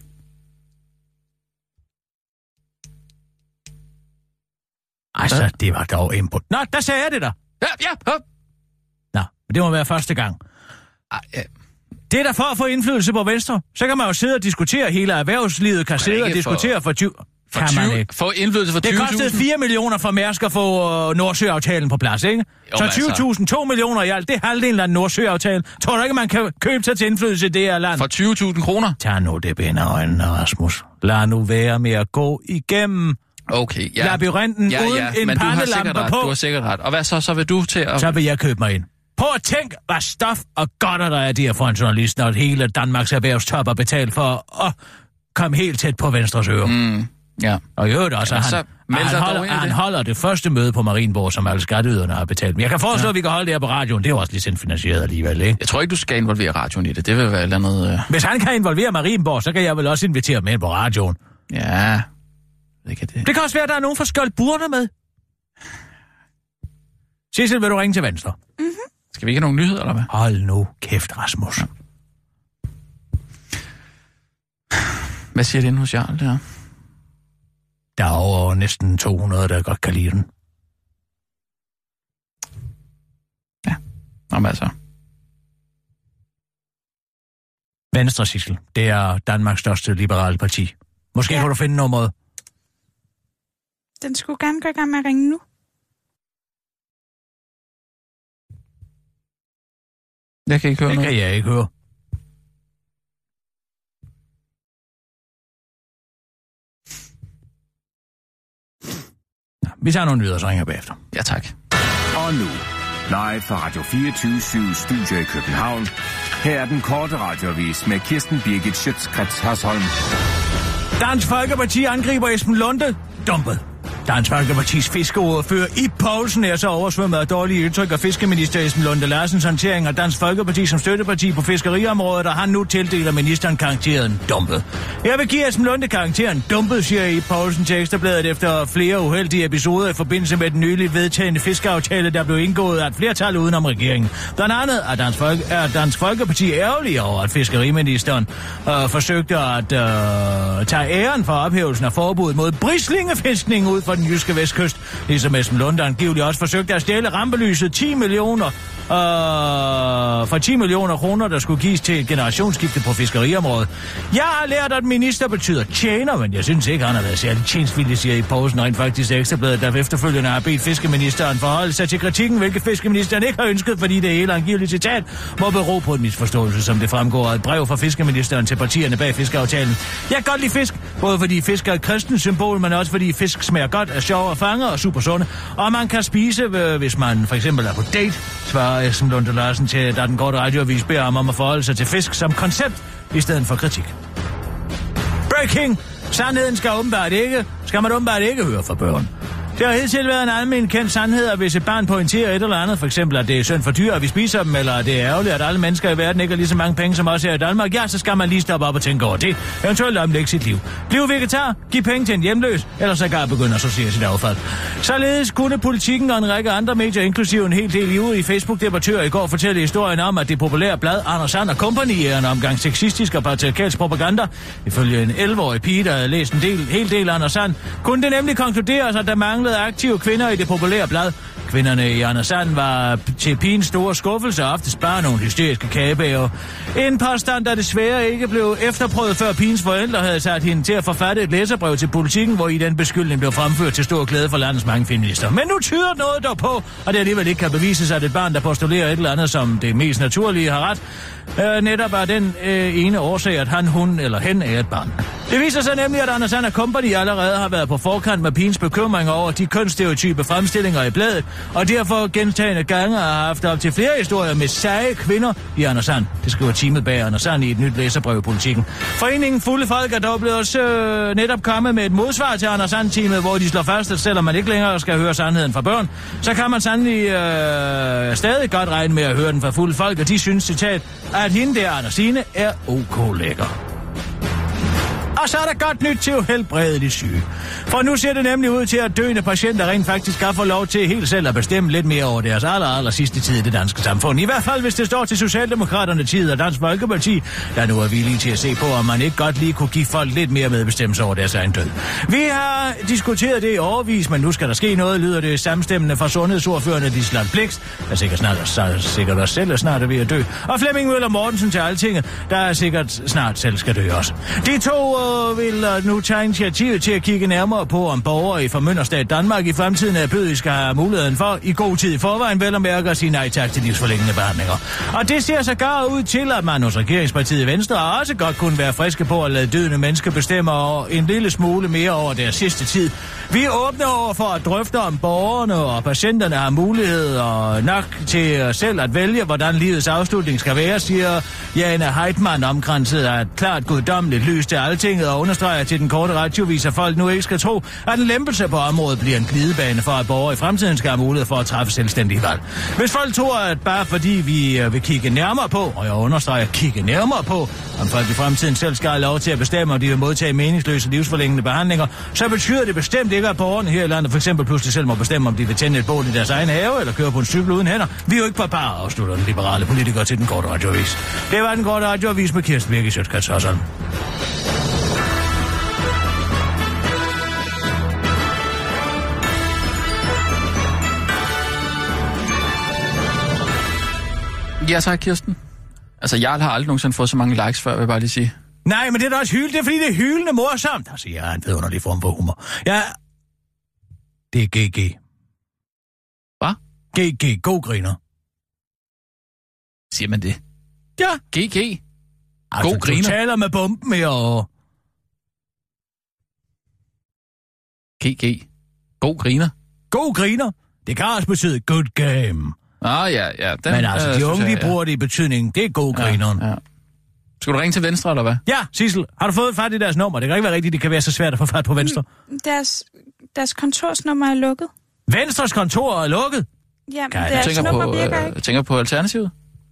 Speaker 5: Altså, det var dog input. Nå, der sagde jeg det der.
Speaker 4: Ja, ja, hop.
Speaker 5: Nå, men det må være første gang.
Speaker 4: Ej, ja.
Speaker 5: Det er der for at få indflydelse på Venstre. Så kan man jo sidde og diskutere, hele erhvervslivet kan sidde og diskutere for tyve...
Speaker 4: For
Speaker 5: kan man
Speaker 4: tyve,
Speaker 5: ikke.
Speaker 4: få indflydelse for tyve tusind?
Speaker 5: Det kostede fire millioner for Mærsk at få uh, Nordsø-aftalen på plads, ikke? Jo, så tyve tusind, to millioner i alt, det er halvdelen af Nordsø-aftalen. Tror du ikke, man kan købe sig til indflydelse i det her land?
Speaker 4: For tyve tusind kroner?
Speaker 5: Tag nu det binder øjnene, Rasmus. Lad nu være med at gå igennem
Speaker 4: okay, ja.
Speaker 5: labyrinten
Speaker 4: ja,
Speaker 5: uden
Speaker 4: ja,
Speaker 5: en
Speaker 4: men
Speaker 5: pandelampe på.
Speaker 4: Du har sikkert ret. Og hvad så? Så vil du til at...
Speaker 5: Så vil jeg købe mig ind. Prøv at tænk, hvad stof og godter der er der for en journalist, når hele Danmarks erhvervstop er betalt for at komme helt tæt på Venstres øre.
Speaker 4: Mm, ja.
Speaker 5: Og i øvrigt også,
Speaker 4: ja,
Speaker 5: han, han, holder, han det. holder det første møde på Marienborg, som alle skatteyderne har betalt. Men jeg kan foreslå, ja. at vi kan holde det her på radioen. Det er jo også licensfinansieret alligevel, ikke?
Speaker 4: Jeg tror ikke, du skal involvere radioen i det. Det vil være et eller andet... Øh...
Speaker 5: Hvis han kan involvere Marienborg, så kan jeg vel også invitere med på radioen.
Speaker 4: Ja, det kan det.
Speaker 5: Det kan også være, at der er nogen fra Skjoldburner med. Sissel, vil du ringe til venstre?
Speaker 7: Mhm.
Speaker 4: Skal vi ikke have nogle nyheder, eller hvad?
Speaker 5: Hold nu kæft, Rasmus. Ja.
Speaker 4: Hvad siger det inde hos Jarl, der?
Speaker 5: Der er over næsten to hundrede, der godt kan lide den.
Speaker 4: Ja, nå altså.
Speaker 5: Venstre, Sissel. Det er Danmarks største liberale parti. Måske ja. kan du finde nummeret.
Speaker 7: Den skulle gerne gå i gang med at ringe nu.
Speaker 4: Jeg kan ikke høre
Speaker 5: det
Speaker 4: noget.
Speaker 5: Det kan jeg ikke høre. Nå, vi tager nogle nyheder, så ringer bagefter.
Speaker 4: Ja, tak.
Speaker 6: Og nu, live fra Radio fireogtyve syv Studio i København. Her er den korte radioavis med Kirsten Birgit Schøtzgrads Hasholm.
Speaker 5: Dansk Folkeparti angriber Esben Lunde. Dumpet. Dansk Folkepartis fiskeordfører Ib Poulsen er så oversvømmet af dårlige udtryk af fiskeminister Esben Lunde Larsens håndtering af Dansk Folkeparti som støtteparti på fiskeriområdet, og han nu tildeler ministeren karakteren dumpet. Jeg vil give Esben Lunde karakteren dumpet, siger Ib Poulsen til Ekstrabladet efter flere uheldige episoder i forbindelse med den nyligt vedtagne fiskeaftale, der blev indgået af et flertal udenom regeringen. Blandt andet er Dansk, Folke, er Dansk Folkeparti ærgerlig over, at fiskeriministeren øh, forsøgte at øh, tage æren for ophævelsen af forbuddet mod brislingefiskning ud fra den jyske vestkyst, ligesom Esben Lunde angiveligt også forsøgte at stjæle rampelyset ti millioner øh, for ti millioner kroner, der skulle gives til et generationsskifte på fiskeriområdet. Jeg har lært, at minister betyder tjener, men jeg synes ikke, han har været særlig tjensvillig, siger i Poulsen, rent faktisk Ekstrabladet, der efterfølgende har bedt fiskeministeren forholde sig til kritikken, hvilket fiskeministeren ikke har ønsket, fordi det hele angiveligt citat må bero på en misforståelse, som det fremgår af et brev fra fiskeministeren til partierne bag fiskeaftalen. Jeg kan godt lide fisk, både fordi fisk er et kristent symbol, men også fordi fisk smager godt, er sjov at fange og super sunde, og man kan spise, hvis man for eksempel er på date, svarer Esben Lunde Larsen til, da den korte radioavis beder ham om at forholde sig til fisk som koncept, i stedet for kritik. Breaking! Sandheden skal åbenbart ikke, skal man åbenbart ikke høre fra børn. Det har hidtil været en almen kendt sandhed, at hvis et barn pointerer et eller andet, for eksempel at det er synd for dyr, at vi spiser dem, eller at det er ærgerligt, at alle mennesker i verden ikke har lige så mange penge som os her i Danmark, ja, så skal man lige stoppe op og tænke over det. Eventuelt omlægge sit liv. Bliv vegetar, giv penge til en hjemløs, eller så kan begynde at sortere sit affald. Således kunne Politikken og en række andre medier, inklusive en hel del ivrige Facebook-debattører, i går fortælle historien om, at det populære blad Anders Sand og Company er en omgang sexistisk og patriarkalsk propaganda. Ifølge en elleve-årig pige, der havde læst en del, hel del af Anders Sand, kunne det nemlig konkluderes, at der manglede aktive kvinder i det populære blad. Kvinderne i Anders Sand var til pigens store skuffelse og oftest bare nogle hysteriske kagebager. En påstand, der desværre ikke blev efterprøvet, før pigens forældre havde sat hende til at forfatte et læserbrev til Politikken, hvor i den beskyldning blev fremført til stor glæde for landets mange feminister. Men nu tyder noget dog på, og det alligevel ikke kan bevises, at et barn, der postulerer et eller andet som det mest naturlige, har ret. Øh, netop er den øh, ene årsag, at han, hun eller hen er et barn. Det viser sig nemlig, at Anders Sand og Company allerede har været på forkant med pigens bekymringer over de kønsstereotype fremstillinger i bladet, og derfor gentagende gange har haft op til flere historier med seje kvinder i Anders Sand. Det skriver teamet bag Anders Sand i et nyt læserbrev i Politikken. Foreningen Fulde Folk er dog blevet også øh, netop kommet med et modsvar til Anders Sand-teamet, hvor de slår fast, at selvom man ikke længere skal høre sandheden fra børn, så kan man sandelig øh, stadig godt regne med at høre den fra Fulde Folk, og de synes, citat, at hende der, Andersine, er ok lækker. Og så er der godt nyt til uhelbredeligt syge. For nu ser det nemlig ud til, at døende patienter rent faktisk skal få lov til helt selv at bestemme lidt mere over deres aller, aller sidste tid i det danske samfund. I hvert fald, hvis det står til Socialdemokraterne tid og Dansk Folkeparti, der nu er villige til at se på, om man ikke godt lige kunne give folk lidt mere medbestemmelse over deres egen død. Vi har diskuteret det i årevis, men nu skal der ske noget, lyder det samstemmende fra sundhedsordførende Liselott Blixt, der sikkert snart er sikkert også selv er snart er ved at dø, og Flemming Møller Mortensen til Altinget, der er sikkert snart selv skal dø også. De to vil uh, nu tage initiativ til at kigge nærmere på, om borgere i formynderstat Danmark i fremtiden er bødig skal have muligheden for, i god tid i forvejen, vel at mærke at sige nej tak til livsforlængende behandlinger. Og det ser så gar ud til, at man hos regeringspartiet Venstre også godt kunne være friske på at lade døende mennesker bestemme over en lille smule mere over deres sidste tid. Vi åbner over for at drøfte, om borgerne og patienterne har mulighed og nok til selv at vælge, hvordan livets afslutning skal være, siger Jane Heitmann, omkranset af et klart guddommeligt lys til altinget, og understreger til den korte radiovis, at folk nu ikke skal tro, at en lempelse på området bliver en glidebane for, at borgere i fremtiden skal have mulighed for at træffe selvstændige valg. Hvis folk tror, at bare fordi vi vil kigge nærmere på, og jeg understreger kigge nærmere på, om folk i fremtiden selv skal have lov til at bestemme, om de vil modtage meningsløse livsforlængende behandlinger, så betyder det bestemt ikke, at borgerne her i landet for eksempel pludselig selv må bestemme, om de vil tænde et bål i deres egen have, eller køre på en cykel uden hænder. Vi er jo ikke barbarer, afslutter den liberale politiker til den korte radioavis. Det var den korte radioavis med Kirsten Birgit Sjøtskrets Hørsholm.
Speaker 4: Ja, tak, Kirsten. Altså, jeg har aldrig nogensinde fået så mange likes før, vil jeg bare lige sige.
Speaker 5: Nej, men det er da også hyldende, det er fordi det er hyldende morsomt. Altså, jeg er en vidunderlig form for humor. Ja, det er G G.
Speaker 4: Hvad?
Speaker 5: G G, god griner.
Speaker 4: Siger man det?
Speaker 5: Ja.
Speaker 4: G G.
Speaker 5: Altså,
Speaker 4: god griner.
Speaker 5: Du taler med bomben herovre.
Speaker 4: G G. God griner.
Speaker 5: God griner. Det kan også betyde good game.
Speaker 4: Ah, ja, ja. Den,
Speaker 5: men altså,
Speaker 4: øh,
Speaker 5: de unge,
Speaker 4: jeg,
Speaker 5: de bruger det i betydning. Det er god
Speaker 4: ja,
Speaker 5: grineren.
Speaker 4: Ja. Skal du ringe til Venstre, eller hvad?
Speaker 5: Ja, Sissel. Har du fået fat i deres nummer? Det kan ikke være rigtigt, det kan være så svært at få fat på Venstre.
Speaker 7: Deres, deres kontorsnummer er lukket.
Speaker 5: Venstres kontor er lukket?
Speaker 7: Ja, men
Speaker 5: deres
Speaker 7: deres
Speaker 4: tænker
Speaker 7: nummer
Speaker 4: på,
Speaker 7: virker
Speaker 4: øh,
Speaker 7: ikke.
Speaker 4: tænker på Alternativet?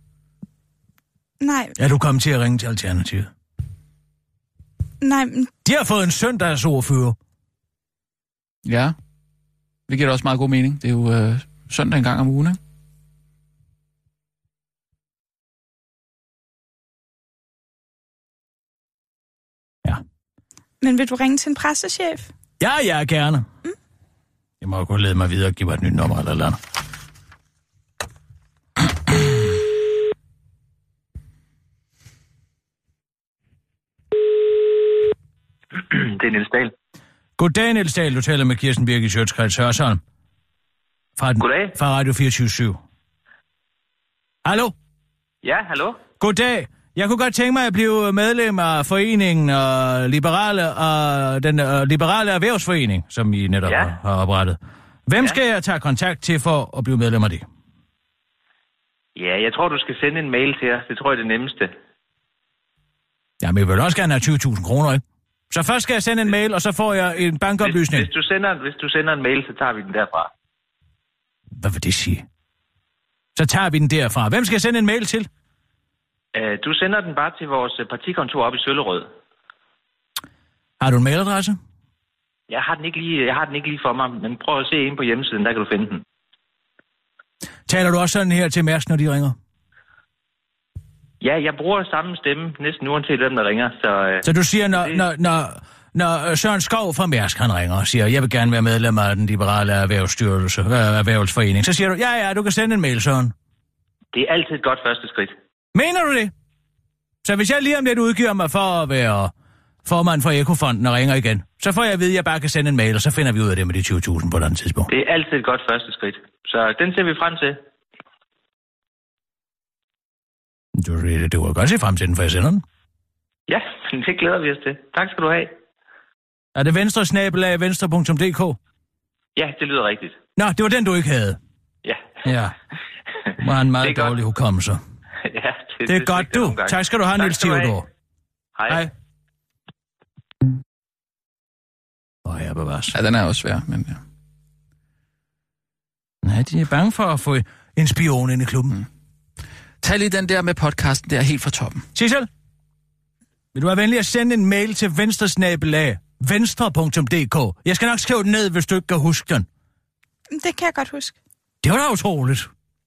Speaker 7: Nej.
Speaker 5: Er du kommet til at ringe til Alternativet?
Speaker 7: Nej, men...
Speaker 5: De har fået en søndagsordfører.
Speaker 4: Ja. Det giver da også meget god mening. Det er jo øh, søndag en gang om ugen, ikke?
Speaker 5: Ja.
Speaker 7: Men vil du ringe til en pressechef?
Speaker 5: Ja, ja, gerne. Mm. Jeg må jo kun lede mig videre og give mig et nyt nummer eller andet.
Speaker 9: Det er Niels Dahl.
Speaker 5: Goddag, Niels Dahl. Du taler med Kirsten Birgit Sjøtskrets Hørsholm. Fra,
Speaker 9: Goddag.
Speaker 5: Fra Radio fireogtyve syv. Hallo?
Speaker 9: Ja, hallo?
Speaker 5: Goddag. Jeg kunne godt tænke mig at blive medlem af foreningen og liberale, og den uh, liberale erhvervsforening, som I netop ja. har oprettet. Hvem ja. skal jeg tage kontakt til for at blive medlem af det?
Speaker 9: Ja, jeg tror, du skal sende en mail til os. Det tror jeg er det nemmeste.
Speaker 5: Jamen, jeg vil også gerne have tyve tusind kroner, ikke? Så først skal jeg sende en mail, og så får jeg en bankoplysning.
Speaker 9: Hvis, hvis, du, sender, hvis du sender en mail, så tager vi den derfra.
Speaker 5: Hvad vil det sige? Så tager vi den derfra. Hvem skal jeg sende en mail til?
Speaker 9: Uh, du sender den bare til vores partikontor op i Søllerød.
Speaker 5: Har du en mailadresse?
Speaker 9: Jeg har den ikke lige, jeg har den ikke lige for mig, men prøv at se ind på hjemmesiden, der kan du finde den.
Speaker 5: Taler du også sådan her til Mærsk, når de ringer?
Speaker 9: Ja, jeg bruger samme stemme næsten uanset hvem der ringer. Så, uh,
Speaker 5: så du siger, når,
Speaker 9: det...
Speaker 5: når, når, når Søren Skov fra Mærsk, han ringer og siger, jeg vil gerne være medlem af den liberale erhvervsstyrelse, erhvervsforening, så siger du, ja, ja, du kan sende en mail, Søren.
Speaker 9: Det er altid et godt første skridt.
Speaker 5: Mener du det? Så hvis jeg lige om lidt udgiver mig for at være formand for Ekofonden og ringer igen, så får jeg at vide, at jeg bare kan sende en mail, og så finder vi ud af det med de tyve tusind på et andet tidspunkt.
Speaker 9: Det er altid et godt første skridt. Så den ser vi frem til.
Speaker 5: Du, det, det var godt se frem til den, for jeg sender den.
Speaker 9: Ja, det glæder vi os til. Tak skal du have.
Speaker 5: Er det venstre snabelag venstre punktum d k?
Speaker 9: Ja, det lyder rigtigt.
Speaker 5: Nå, det var den, du ikke havde.
Speaker 9: Ja.
Speaker 5: Ja. Det var en meget dårlig hukommelse.
Speaker 9: Ja, det,
Speaker 5: det, det er godt, du. Tak skal du have, Niels Theodor.
Speaker 9: Hej.
Speaker 5: Hej. Åh, oh, jeg bevares.
Speaker 4: Ja, den er også svær, men ja.
Speaker 5: Nej, de er bange for at få en spion ind i klubben. Mm.
Speaker 4: Tag lige den der med podcasten der helt fra toppen.
Speaker 5: Sissel, vil du være venlig at sende en mail til venstresnabelag venstre punktum d k? Jeg skal nok skrive den ned, hvis du ikke kan huske den.
Speaker 7: Det kan jeg godt huske.
Speaker 5: Det var da utroligt.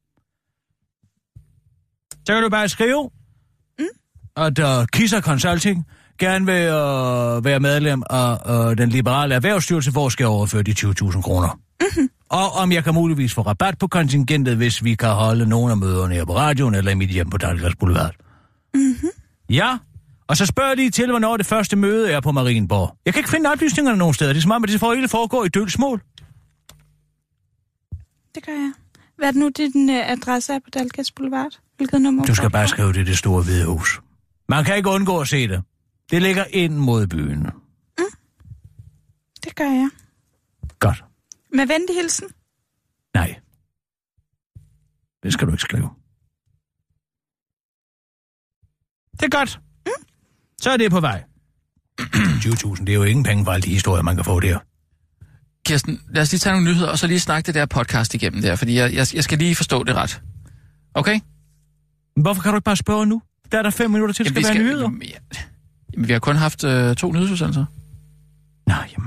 Speaker 5: Så kan du bare skrive, mm. at uh, Kisser Consulting gerne vil uh, være medlem af uh, den liberale erhvervsstyrelse, hvor skal jeg overføre de tyve tusind kroner. Mm-hmm. Og om jeg kan muligvis få rabat på kontingentet, hvis vi kan holde nogle af møderne her på radioen eller i mit hjem på Dalgas Boulevard.
Speaker 7: Mm-hmm.
Speaker 5: Ja, Og så spørger jeg lige til, hvornår det første møde er på Marienborg. Jeg kan ikke finde oplysningerne nogen steder. Det er som om, at det for hele foregår i dølgsmål.
Speaker 7: Det gør jeg. Hvad er det nu, din uh, adresse er på Dalgas Boulevard? Hvilket nummer?
Speaker 5: Du skal bare skrive det i det store hvide hus. Man kan ikke undgå at se det. Det ligger ind mod byen.
Speaker 7: Mm. Det gør jeg.
Speaker 5: Godt.
Speaker 7: Med venlig hilsen?
Speaker 5: Nej. Det skal du ikke skrive. Det er godt. Mm. Så er det på vej. tyve tusind, det er jo ingen penge for alle de historier, man kan få der.
Speaker 4: Kirsten, lad os lige tage nogle nyheder, og så lige snakke det der podcast igennem der, fordi jeg, jeg, jeg skal lige forstå det ret. Okay?
Speaker 5: Men hvorfor kan du ikke bare spørge nu? Der er der fem minutter til, det skal, skal være nyheder.
Speaker 4: Jamen, ja. Jamen, vi har kun haft øh, to nyhedsudsendelser.
Speaker 5: Nej, jamen...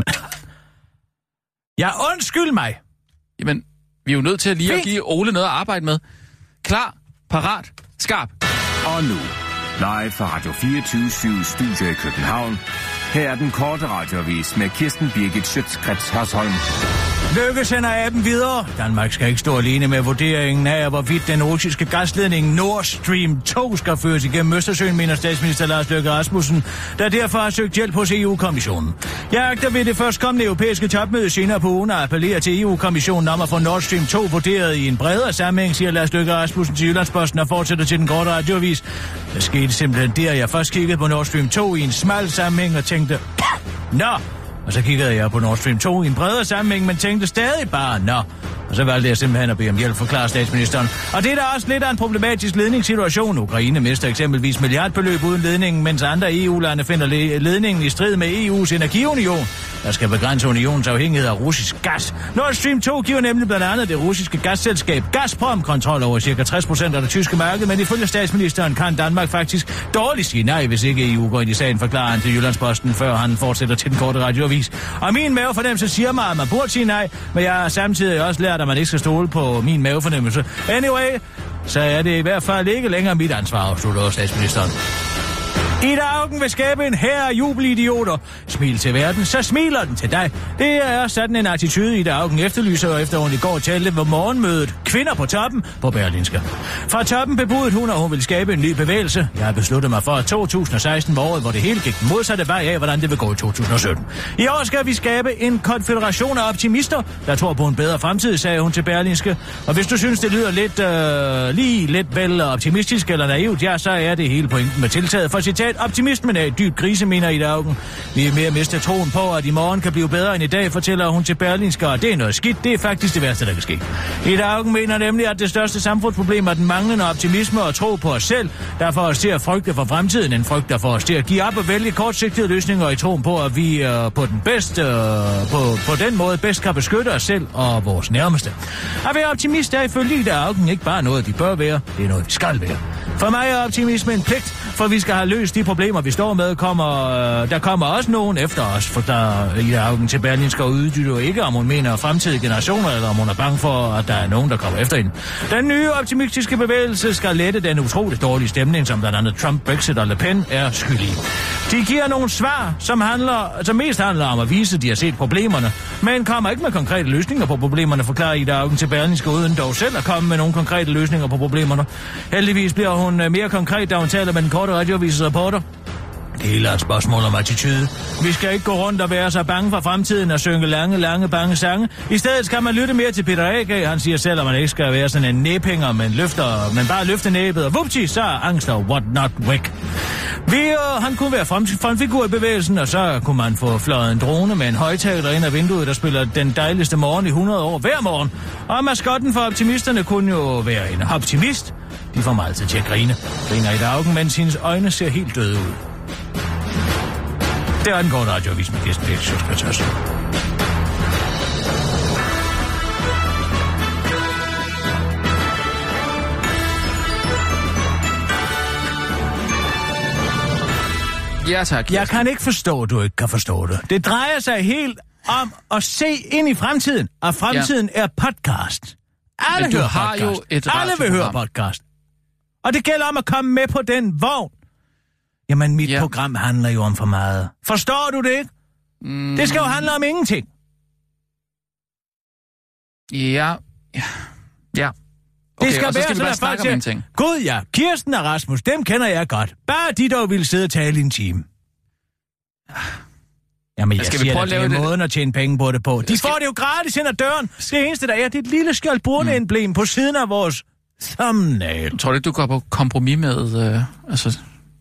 Speaker 5: Ja, undskyld mig!
Speaker 4: Jamen, vi er jo nødt til lige
Speaker 5: Fint.
Speaker 4: at give Ole noget at arbejde med. Klar, parat, skarp.
Speaker 6: Og nu, live fra Radio fireogtyve syv Studio i København. Her er den korte radioavis med Kirsten Birgit Schøtz-Krets Hørsholm.
Speaker 5: Lykke sender aben videre. Danmark skal ikke stå alene med vurderingen af, hvorvidt den russiske gasledning Nord Stream to skal føres igennem Østersøen, mener statsminister Lars Løkke Rasmussen, der derfor har søgt hjælp hos E U-kommissionen. Jeg agter ved det førstkommende europæiske topmøde senere på ugen at appellere til E U-kommissionen om at få Nord Stream to vurderet i en bredere sammenhæng, siger Lars Løkke Rasmussen til Jyllandsposten og fortsætter til den korte radioavis. Der skete simpelthen der, jeg først kiggede på Nord Stream to i en smal sammenhæng og tænkte, nå! Og så kiggede jeg på Nord Stream to i en bredere sammenhæng, men tænkte stadig bare, nå. Og så valgte jeg simpelthen at bede om hjælp, forklarer statsministeren. Og det er da også lidt af en problematisk ledningssituation. Ukraine mister eksempelvis milliardbeløb uden ledningen, mens andre E U-lande finder ledningen i strid med E U's energiunion, der skal begrænse unionens afhængighed af russisk gas. Nord Stream to giver nemlig blandt andet det russiske gasselskab Gazprom kontrol over cirka tres procent af det tyske marked, men ifølge statsministeren kan Danmark faktisk dårligt sige nej, hvis ikke E U går ind i sagen, forklarer han til Jyllandsposten, før han fortsætter til den korte radioavis. Og min mavefornemmelse siger mig, at man burde sige nej, men jeg har samtidig også lært, at man ikke skal stole på min mavefornemmelse. Anyway, så er det i hvert fald ikke længere mit ansvar, afslutter statsministeren. Ida Auken vil skabe en hær af jubelidioter. Smil til verden, så smiler den til dig. Det er sådan en attitude, Ida Auken efterlyser, efter hun i går talte på morgenmødet Kvinder på toppen på Berlingske. Fra toppen bebudede hun, at hun vil skabe en ny bevægelse. Jeg har besluttet mig for, at to tusind og seksten var året, hvor det hele gik den modsatte vej af, hvordan det vil gå i to tusind og sytten. I år skal vi skabe en konfederation af optimister, der tror på en bedre fremtid, sagde hun til Berlingske. Og hvis du synes, det lyder lidt, øh, lige lidt vel optimistisk eller naivt, ja, så er det hele pointen med tiltaget. For citat, optimismen er i dyb krise, mener Ida Auken. Vi er mere mistet troen på, at i morgen kan blive bedre end i dag, fortæller hun til Berlingske, og det er noget skidt. Det er faktisk det værste, der kan ske. Ida Auken mener nemlig, at det største samfundsproblem er den manglende optimisme og tro på os selv, der får os til at frygte for fremtiden, en frygt, der får os til at give op og vælge kortsigtede løsninger i troen på, at vi øh, på den bedste, øh, på, på den måde bedst kan beskytte os selv og vores nærmeste. At være optimist er ifølge Ida Auken ikke bare noget, vi bør være, det er noget, vi skal være. For mig er optimisme en pligt, for vi skal have løst de problemer, vi står med. Kommer, øh, der kommer også nogen efter os, for der Ida Auken til Berlingske og uddyber ikke, om hun mener fremtidige generationer, eller om hun er bange for, at der er nogen, der kommer efter hende. Den nye optimistiske bevægelse skal lette den utroligt dårlige stemning, som blandt andet Trump, Brexit og Le Pen er skyldige. De giver nogle svar, som, handler, som mest handler om at vise, at de har set problemerne, men kommer ikke med konkrete løsninger på problemerne, forklarer Ida Auken til Berlingske, uden dog selv at komme med nogle konkrete løsninger på problemerne. Heldigvis bliver hun mere konkret, da hun taler med den korte radioavises reporter. Det hele er et spørgsmål om attitude. Vi skal ikke gå rundt og være så bange for fremtiden og synge lange, lange, bange sange. I stedet skal man lytte mere til Peter A. Han siger selv, at man ikke skal være sådan en næbhænger, men, løfter, men bare løfte næbet, og vupti, så er angst og what not væk. Vi, øh, han kunne være frontfigur i bevægelsen, og så kunne man få fløjet en drone med en højtaler ind ad vinduet, der spiller den dejligste morgen i hundrede år hver morgen. Og maskotten for optimisterne kunne jo være en optimist. De får mig altid til at grine. Griner i dagen, mens hendes øjne ser helt døde ud. Det er den korte radioavis med Kirsten Birgit Schøtz-Krets Hørsholm.
Speaker 4: Ja, tak.
Speaker 5: Jeg kan ikke forstå, at du ikke kan forstå det. Det drejer sig helt om at se ind i fremtiden, og fremtiden ja. er podcast. Alle hører
Speaker 4: har
Speaker 5: podcast.
Speaker 4: Jo et
Speaker 5: Alle vil høre podcast. Og det gælder om at komme med på den vogn. Jamen, mit ja. program handler jo om for meget. Forstår du det ikke? Mm. Det skal jo handle om ingenting.
Speaker 4: Ja, ja, ja. Okay,
Speaker 5: det skal
Speaker 4: og så
Speaker 5: være
Speaker 4: skal vi bare
Speaker 5: sådan,
Speaker 4: snakke om en ting.
Speaker 5: Gud ja, Kirsten og Rasmus, dem kender jeg godt. Bare de dog ville sidde og tale i en time. Jamen, jeg
Speaker 4: skal
Speaker 5: siger,
Speaker 4: vi prøve
Speaker 5: at
Speaker 4: at
Speaker 5: det
Speaker 4: lave
Speaker 5: er
Speaker 4: det?
Speaker 5: måden at tjene penge på det på. De
Speaker 4: Skal...
Speaker 5: får det jo gratis ind ad døren. Det eneste, der er, det er et lille skjoldbrune-emblem mm. på siden af vores thumbnail.
Speaker 4: Tror du ikke, du går på kompromis med... Øh, altså...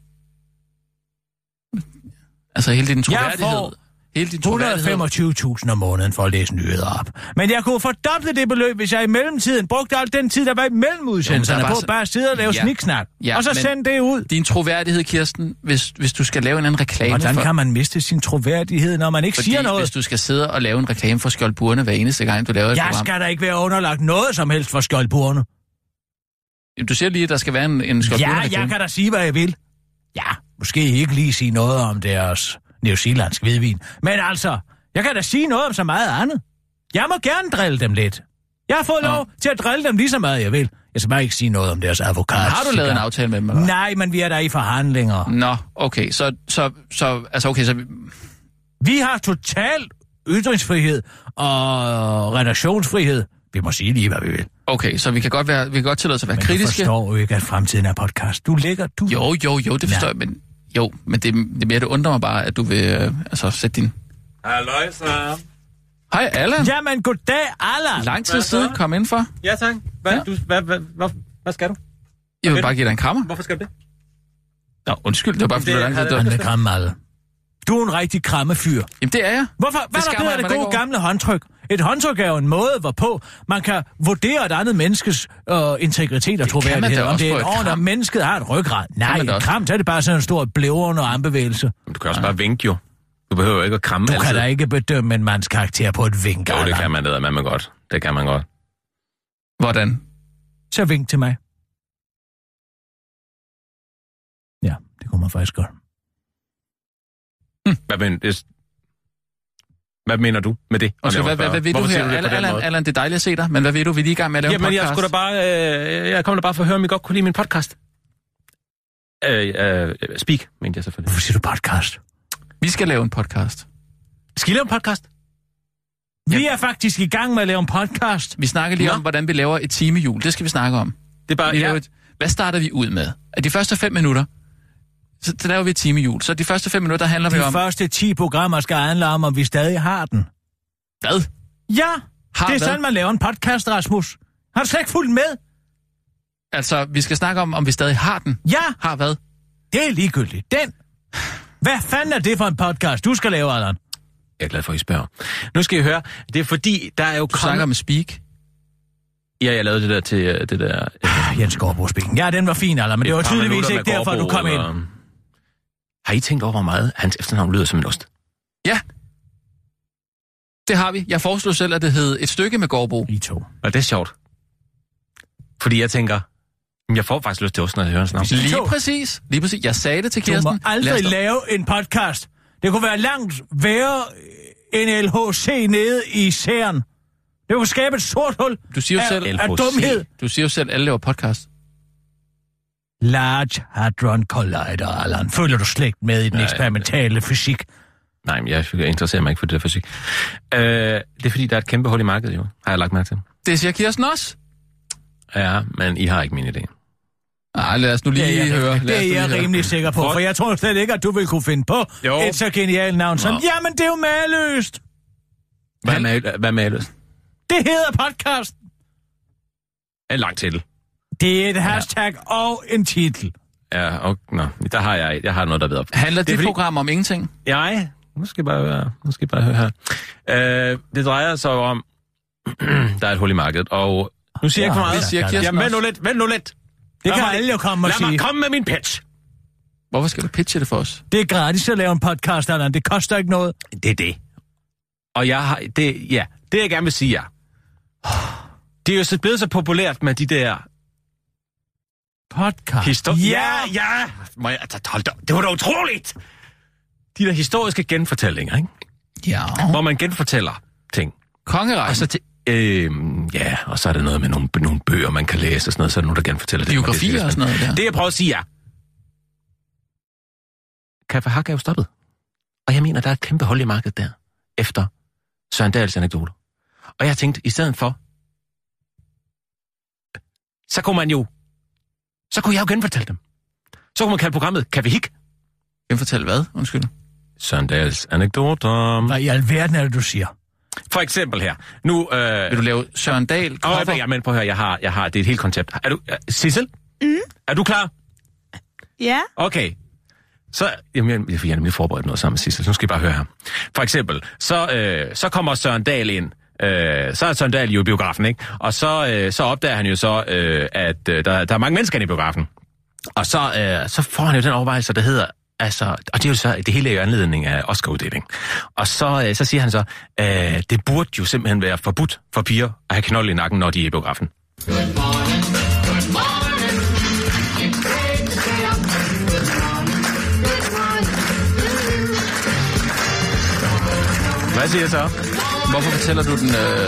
Speaker 4: Altså hele din troværdighed?
Speaker 5: Jeg får
Speaker 4: hele din
Speaker 5: et hundrede og femogtyve tusind om måneden for at læse nyheder op. Men jeg kunne fordoble det beløb, hvis jeg i mellemtiden brugte al den tid, der var i mellemudsendelserne på at bare sidde og lave ja. sniksnak.
Speaker 4: Ja,
Speaker 5: og så sende det ud.
Speaker 4: Din troværdighed, Kirsten, hvis, hvis du skal lave en anden reklame
Speaker 5: Hvordan
Speaker 4: for...
Speaker 5: kan man miste sin troværdighed, når man ikke
Speaker 4: Fordi
Speaker 5: siger noget?
Speaker 4: hvis du skal sidde og lave en reklame for Skjoldburene hver eneste gang, du laver et
Speaker 5: jeg
Speaker 4: program...
Speaker 5: Jeg skal da ikke være underlagt noget som helst for Skjoldburene.
Speaker 4: Du siger lige, at der skal være en, en Skjoldburene-reklame.
Speaker 5: Ja, jeg kan da sige, hvad jeg vil. Ja, måske ikke lige sige noget om deres New Zealandsk hvidvin. Men altså, jeg kan da sige noget om så meget andet. Jeg må gerne drille dem lidt. Jeg har fået ja. lov til at drille dem lige så meget, jeg vil. Jeg skal bare ikke sige noget om deres advokat.
Speaker 4: Har du lavet en aftale med dem, eller?
Speaker 5: Nej, men vi er der i forhandlinger.
Speaker 4: Nå, okay, så... så, så altså, okay, så...
Speaker 5: Vi har total ytringsfrihed og redaktionsfrihed. Vi må sige lige, hvad vi vil.
Speaker 4: Okay, så vi kan godt, være, vi kan godt tillade os at være
Speaker 5: men
Speaker 4: kritiske.
Speaker 5: Men du forstår jo ikke, at fremtiden er podcast. Du ligger... Du...
Speaker 4: Jo, jo, jo, det forstår jeg, men... Jo, men det, det mere, det undrer mig bare, at du vil øh, altså, sætte din...
Speaker 10: Halløj, så.
Speaker 4: Hej, Allan.
Speaker 5: Jamen, goddag, Allan.
Speaker 4: Lang tid siden, kom ind for.
Speaker 10: Ja, tak. Hvad,
Speaker 4: ja.
Speaker 10: du, hvad, hvad, hvad, hvad skal du?
Speaker 4: Jeg vil bare give dig en krammer.
Speaker 10: Hvorfor skal du det?
Speaker 4: Nå, undskyld, det var bare, fordi du lang tid...
Speaker 5: Han vil kramme alle. Du er en rigtig krammefyr.
Speaker 4: Jamen, det er jeg.
Speaker 5: Hvorfor? Hvad der bedre det gode gamle håndtryk? Et håndtryk er jo en måde, hvorpå man kan vurdere et andet menneskes øh, integritet og troværdighed. Om det er et ordentligt, om mennesket har et ryggrad. Nej, en kram, så er det bare sådan en stor blævrende armbevægelse.
Speaker 10: Men du kan også ja. bare vinke jo. Du behøver ikke at kramme
Speaker 5: Du
Speaker 10: altid.
Speaker 5: kan da ikke bedømme en mands karakter på et vink.
Speaker 10: Jo, det kan man da, man godt. Det kan man godt.
Speaker 4: Hvordan?
Speaker 5: Så vink til mig. Ja, det kunne man faktisk godt.
Speaker 10: Hm. Hvad, men, det... hvad mener du med det?
Speaker 4: Og så, hvad, hvad, hvad ved Hvorfor du her? Du Allan, Allan, det er dejligt at se dig, men hvad ved du? Vi er lige i gang med at lave
Speaker 10: Jamen,
Speaker 4: en podcast.
Speaker 10: jeg skulle da bare, øh, jeg kom da bare for at høre, om I godt kunne lide min podcast. Øh, øh, speak, mente jeg selvfølgelig.
Speaker 5: Hvorfor siger du podcast?
Speaker 4: Vi skal lave en podcast.
Speaker 10: Skal I lave en podcast?
Speaker 5: Vi ja. er faktisk i gang med at lave en podcast.
Speaker 4: Vi snakker lige Nå. om, hvordan vi laver et timehjul. Det skal vi snakke om.
Speaker 10: Det er bare,
Speaker 4: vi
Speaker 10: ja.
Speaker 4: et... Hvad starter vi ud med? At de første fem minutter, så, så laver vi et timehjul. Så de første fem minutter handler
Speaker 5: de
Speaker 4: vi om...
Speaker 5: De første ti programmer skal handle om, om vi stadig har den.
Speaker 4: Hvad?
Speaker 5: Ja,
Speaker 4: har
Speaker 5: det er
Speaker 4: hvad?
Speaker 5: sådan, man laver en podcast, Rasmus. Har du slet ikke fulgt med?
Speaker 4: Altså, vi skal snakke om, om vi stadig har den.
Speaker 5: Ja.
Speaker 4: Har hvad?
Speaker 5: Det er ligegyldigt. Den. Hvad fanden er det for en podcast, du skal lave, Allan?
Speaker 10: Jeg er glad for, at I spørger. Nu skal I høre. Det er fordi, der er jo...
Speaker 4: Du snakker med Speak.
Speaker 10: Ja, jeg lavede det der til det der...
Speaker 5: Øh... Jens Gårdbo Speaking. Ja, den var fin, Allan, men det var tydeligvis ikke derfor, Gårdbo, du kom ind. Eller...
Speaker 10: Har I tænkt over, hvor meget hans efternavn lyder som en ost?
Speaker 4: Ja. Det har vi. Jeg foreslog selv, at det hed Et stykke med Gårdbo.
Speaker 5: I to.
Speaker 10: Og det er sjovt. Fordi jeg tænker... Jeg får faktisk lyst til ost, når jeg hører sådan noget.
Speaker 4: Lige præcis. Lige præcis. Jeg sagde det til Kirsten.
Speaker 5: Du må aldrig lave en podcast. Det kunne være langt værre end L H C nede i Særen. Det kunne skabe et sort hul
Speaker 4: du siger jo
Speaker 5: af,
Speaker 4: selv,
Speaker 5: af dumhed.
Speaker 4: Du siger jo selv, at alle laver podcast.
Speaker 5: Large Hadron Collider, Allan. Føler du slægt med i den nej, eksperimentale fysik?
Speaker 10: Nej, men jeg interesserer mig ikke for det der fysik. Øh, det er fordi, der er et kæmpe hul i markedet, jo. Har jeg lagt mærke til.
Speaker 4: Det siger Kirsten også.
Speaker 10: Ja, men I har ikke min idé.
Speaker 4: Nej, lad os nu lige
Speaker 5: det er jeg,
Speaker 4: høre.
Speaker 5: Det er jeg rimelig høre. sikker på, for jeg tror slet ikke, at du vil kunne finde på jo. et så genialt navn som, jamen det er jo maløst.
Speaker 10: Hvad er, mal- hvad er maløst?
Speaker 5: Det hedder podcast.
Speaker 10: En lang titel.
Speaker 5: Det er et hashtag ja. og en titel.
Speaker 10: Ja, og, nå, der har jeg, jeg har noget, der ved op.
Speaker 4: Handler det, det fordi... program om ingenting?
Speaker 10: Nej, nu skal jeg bare høre, nu skal jeg bare høre her. Øh, det drejer sig om, der er et hul i markedet, og nu siger ja, jeg ikke for meget.
Speaker 4: Det siger Kirsten
Speaker 10: Jamen, vent nu lidt, vent nu lidt.
Speaker 5: Det kan alle jo komme og
Speaker 10: Lad
Speaker 5: sige.
Speaker 10: Lad mig komme med min pitch.
Speaker 4: Hvorfor skal du pitche det for os?
Speaker 5: Det er gratis at lave en podcast, Allan. Det koster ikke noget.
Speaker 10: Det er det. Og jeg har, det, ja, det jeg gerne vil sige, ja. Det er jo så blevet så populært med de der...
Speaker 5: Podcast?
Speaker 10: Histor- ja, ja! Må jeg, hold da, det var da utroligt! De der historiske genfortællinger, ikke?
Speaker 5: Ja.
Speaker 10: Hvor man genfortæller ting.
Speaker 4: Kongerækken.
Speaker 10: Og så til, øh, ja, og så er der noget med nogle, nogle bøger, man kan læse og sådan noget, så er der nogen, der genfortæller det.
Speaker 4: Biografier og sådan noget, der.
Speaker 10: Det jeg prøver at sige, ja. Kaffe Hak er jo stoppet. Og jeg mener, der er et kæmpe hul i markedet der, efter Søren Dahls anekdoter. Og jeg har tænkt, i stedet for, så kunne man jo, så kunne jeg jo genfortælle dem. Så kunne man kalde programmet Café Hik.
Speaker 4: Genfortælle hvad? Undskyld.
Speaker 10: Søren Dahls anekdoter.
Speaker 5: Hvad i alverden er det, du siger?
Speaker 10: For eksempel her. Nu, øh...
Speaker 4: Vil du lave Søren Dahl cover?
Speaker 10: Åh, oh, jeg men på at høre, jeg har, jeg har, det er et helt koncept. Er du, uh, Sissel?
Speaker 7: Mm.
Speaker 10: Er du klar?
Speaker 7: Ja.
Speaker 10: Okay. Så, jamen, jeg, jeg har nemlig forberedt noget sammen med Sissel. Nu skal I bare høre her. For eksempel, så, øh, så kommer Søren Dahl ind. Øh, så er Søren Dahl jo i biografen, ikke? Og så, øh, så opdager han jo så, øh, at øh, der, der er mange mennesker i biografen. Og så, øh, så får han jo den overvejelse, der hedder, altså, og det er jo så, det hele er jo anledning af Oscar-uddeling. Og så, øh, så siger han så, øh, det burde jo simpelthen være forbudt for piger at have knold i nakken, når de er i biografen. Hvad siger jeg så?
Speaker 4: Hvorfor fortæller du den... Øh...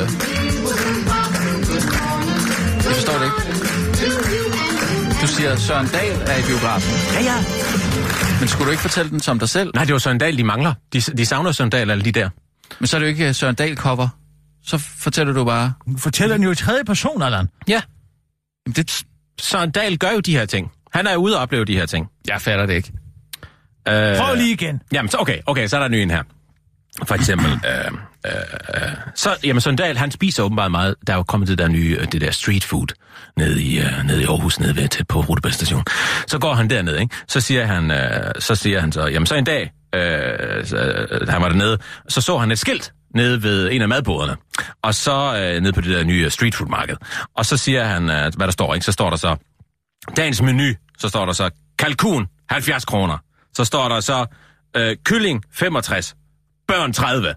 Speaker 4: Jeg forstår det ikke. Du siger, at Søren Dahl er i biografen.
Speaker 10: Ja, ja.
Speaker 4: Men skulle du ikke fortælle den som dig selv?
Speaker 10: Nej, det var Søren Dahl, de mangler. De, de savner Søren Dahl, alle de der.
Speaker 4: Men så er det jo ikke Søren Dahl cover. Så fortæller du bare...
Speaker 5: Du fortæller den jo i tredje person, Allan.
Speaker 10: Ja.
Speaker 4: Jamen det...
Speaker 10: Søren Dahl gør jo de her ting. Han er ude og opleve de her ting.
Speaker 4: Jeg fatter det ikke.
Speaker 10: Øh...
Speaker 5: Prøv lige igen.
Speaker 10: Jamen, så okay, okay, så er der en ny en her. For eksempel, øh, øh, øh, så, jamen Søren Dahl, han spiser åbenbart meget. Der er jo kommet det der nye, det der street food nede i, øh, nede i Aarhus, nede ved, tæt på Rudebæk station. Så går han derned, ikke? Så siger han, øh, så siger han så, jamen så en dag, øh, så, øh, han var dernede, så så han et skilt nede ved en af madboderne, og så øh, nede på det der nye street food marked. Og så siger han, øh, hvad der står, ikke? Så står der så, dagens menu, så står der så, kalkun, halvfjerds kroner. Så står der så, øh, kylling, femogtres. Børn tredive.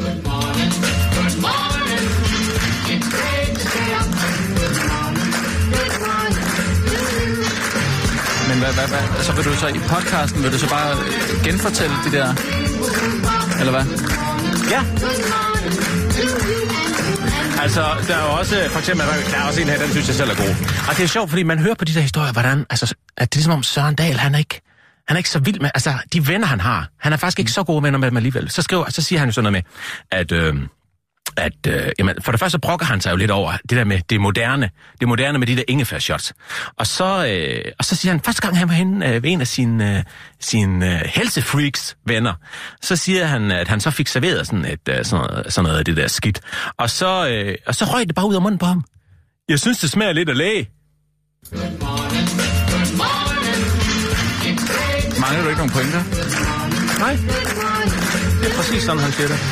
Speaker 4: Men hvad, hvad, hvad? Så vil du så i podcasten, vil du så bare genfortælle det der? Eller hvad?
Speaker 10: Ja. Altså, der er jo også, for eksempel, der er også en her, den synes jeg selv er god. Og det er sjovt, fordi man hører på de der historier, hvordan, altså, at det er som om Søren Dahl, han er ikke, han er ikke så vild med, altså, de venner, han har, han er faktisk ikke så gode venner med dem alligevel. Så skriver, så siger han jo sådan noget med, at, øh, at øh, jamen, for det første så brokker han sig jo lidt over det der med det moderne, det moderne med de der ingefær-shots. Og så, øh, og så siger han, første gang han var henne øh, ved en af sine, øh, sine øh, helsefreaks venner, så siger han, at han så fik serveret sådan, et, øh, sådan, noget, sådan noget af det der skidt. Og så, øh, og så røg det bare ud af munden på ham. Jeg synes, det smager lidt af læge.
Speaker 4: Mangler du ikke nogen pointer?
Speaker 10: Nej. Det er præcis sådan, han siger det.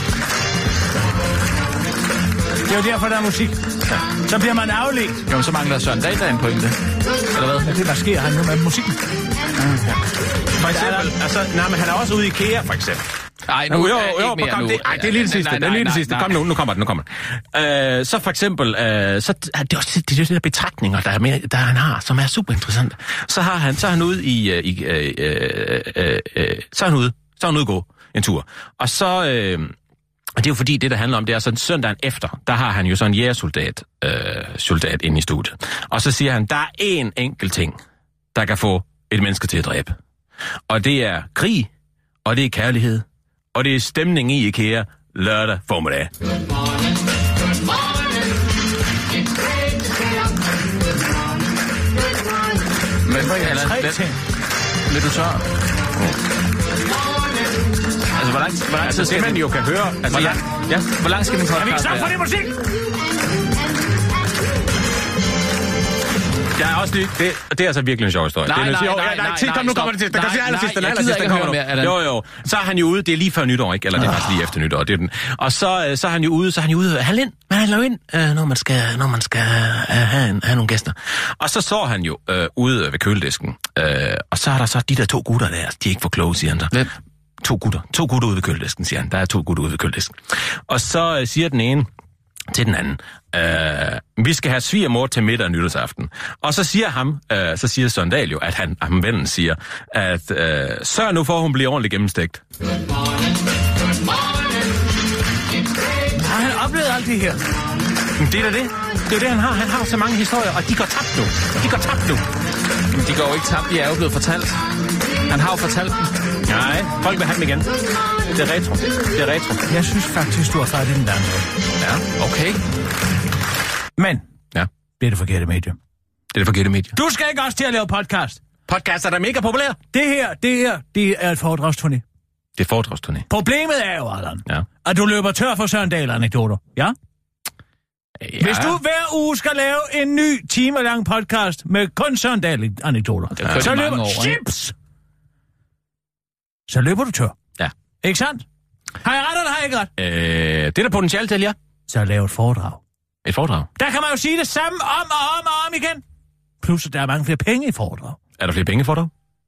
Speaker 5: Det er jo derfor, der er musik. Ja. Så bliver man afledt.
Speaker 4: Jo, så mangler Søren Dahl der en pointe. Eller hvad?
Speaker 5: Ja, det der sker han nu med musikken.
Speaker 10: Okay. For eksempel, altså, nej, men han er også ude i IKEA, for eksempel.
Speaker 4: Ej, nu
Speaker 10: jo, jo,
Speaker 4: er
Speaker 10: jo,
Speaker 4: ikke
Speaker 10: kom,
Speaker 4: mere
Speaker 10: det, ej, det er lige det sidste.
Speaker 4: Nej, nej,
Speaker 10: det er lige det
Speaker 4: nej,
Speaker 10: sidste.
Speaker 4: nej.
Speaker 10: Kom nu, nu kommer den, nu kommer den. Øh, så for eksempel, øh, så det er det også det, det der betragtninger, der, er mere, der han har, som er super interessant. Så har han, så er han ude i, øh, i øh, øh, øh, øh, så er han ude, så er han ude gå en tur. Og så, øh, og det er jo fordi, det der handler om, det er sådan søndagen efter, der har han jo sådan en jægersoldat, øh, soldat inde i studiet. Og så siger han, der er én enkelt ting, der kan få et menneske til at dræbe. Og det er krig, og det er kærlighed, og det er stemning i IKEA lørdag formiddag.
Speaker 4: Men hvor er tre ting? Vil du så... Altså, hvor lang, hvor lang
Speaker 10: altså,
Speaker 4: tid skal
Speaker 10: man jo kan høre... Altså,
Speaker 4: hvor, lang,
Speaker 10: ja.
Speaker 4: hvor lang skal den podcast være?
Speaker 5: Er vi ikke så for det musik?
Speaker 10: Jeg er også lige... Det, det er altså virkelig en sjov historie.
Speaker 4: Nej,
Speaker 10: det er,
Speaker 4: nej,
Speaker 10: jo,
Speaker 4: nej,
Speaker 10: ja,
Speaker 4: nej,
Speaker 10: nej, nej, kom, nu kommer det til. Der kan sige allersidst, den allersidst, den kommer nu. Jo, jo. Så er han jo ude, det er lige før nytår, ikke? Eller det er faktisk lige efter nytår, det er den. Og så, så er han jo ude, så er han jo ude, han ind, man handler jo ind, øh, når man skal, når man skal øh, have, en, have nogle gæster. Og så så han jo øh, ude ved køledisken, øh, og så er der så de der to gutter der, de er ikke for kloge, siger han så.
Speaker 4: Hvem?
Speaker 10: To gutter. To gutter ude ved køledisken, siger han. Der er to gutter ude ved køledisken. Og så øh, siger den ene til den anden, øh, vi skal have svigermor til middag nytårsaften. Og så siger ham, øh, så siger Søren Dahl jo, at han, ham vennen siger, at øh, sørg nu for, at hun bliver ordentligt gennemstegt.
Speaker 5: Har han oplevet alt det her?
Speaker 10: Men det er da det. Det er jo det, han har. Han har så mange historier, og de går tabt nu. De går tabt nu.
Speaker 4: Men de går jo ikke tabt, de er jo blevet fortalt. Han har jo fortalt dem.
Speaker 10: Nej, folk vil have dem igen. Det er retro. Det er retro.
Speaker 5: Jeg synes faktisk, du har fat i den der.
Speaker 10: Ja,
Speaker 4: okay.
Speaker 5: Men,
Speaker 10: ja.
Speaker 5: det er det forkerte medie.
Speaker 10: Det er det forkerte medie.
Speaker 5: Du skal ikke også til at lave podcast.
Speaker 10: Podcast er da mega populær.
Speaker 5: Det her, det her, det er et foredragsturné.
Speaker 10: Det er foredragsturné.
Speaker 5: Problemet er jo, Allan,
Speaker 10: ja.
Speaker 5: at du løber tør for Søren Dahl-anekdoter. Ja?
Speaker 10: Ja.
Speaker 5: Hvis du hver uge skal lave en ny time-lang podcast med kun Søren Dahl-anekdoter,
Speaker 4: ja.
Speaker 5: så løber
Speaker 4: år,
Speaker 5: chips! Så løber du tør.
Speaker 10: Ja.
Speaker 5: Ikke sandt? Har jeg ret, eller har jeg ikke ret?
Speaker 10: Øh, det er der potentiale til, ja.
Speaker 5: Så lav et foredrag.
Speaker 10: Et foredrag?
Speaker 5: Der kan man jo sige det samme om og om og om igen. Plus, at der er mange flere penge i foredrag.
Speaker 10: Er der flere penge i foredrag?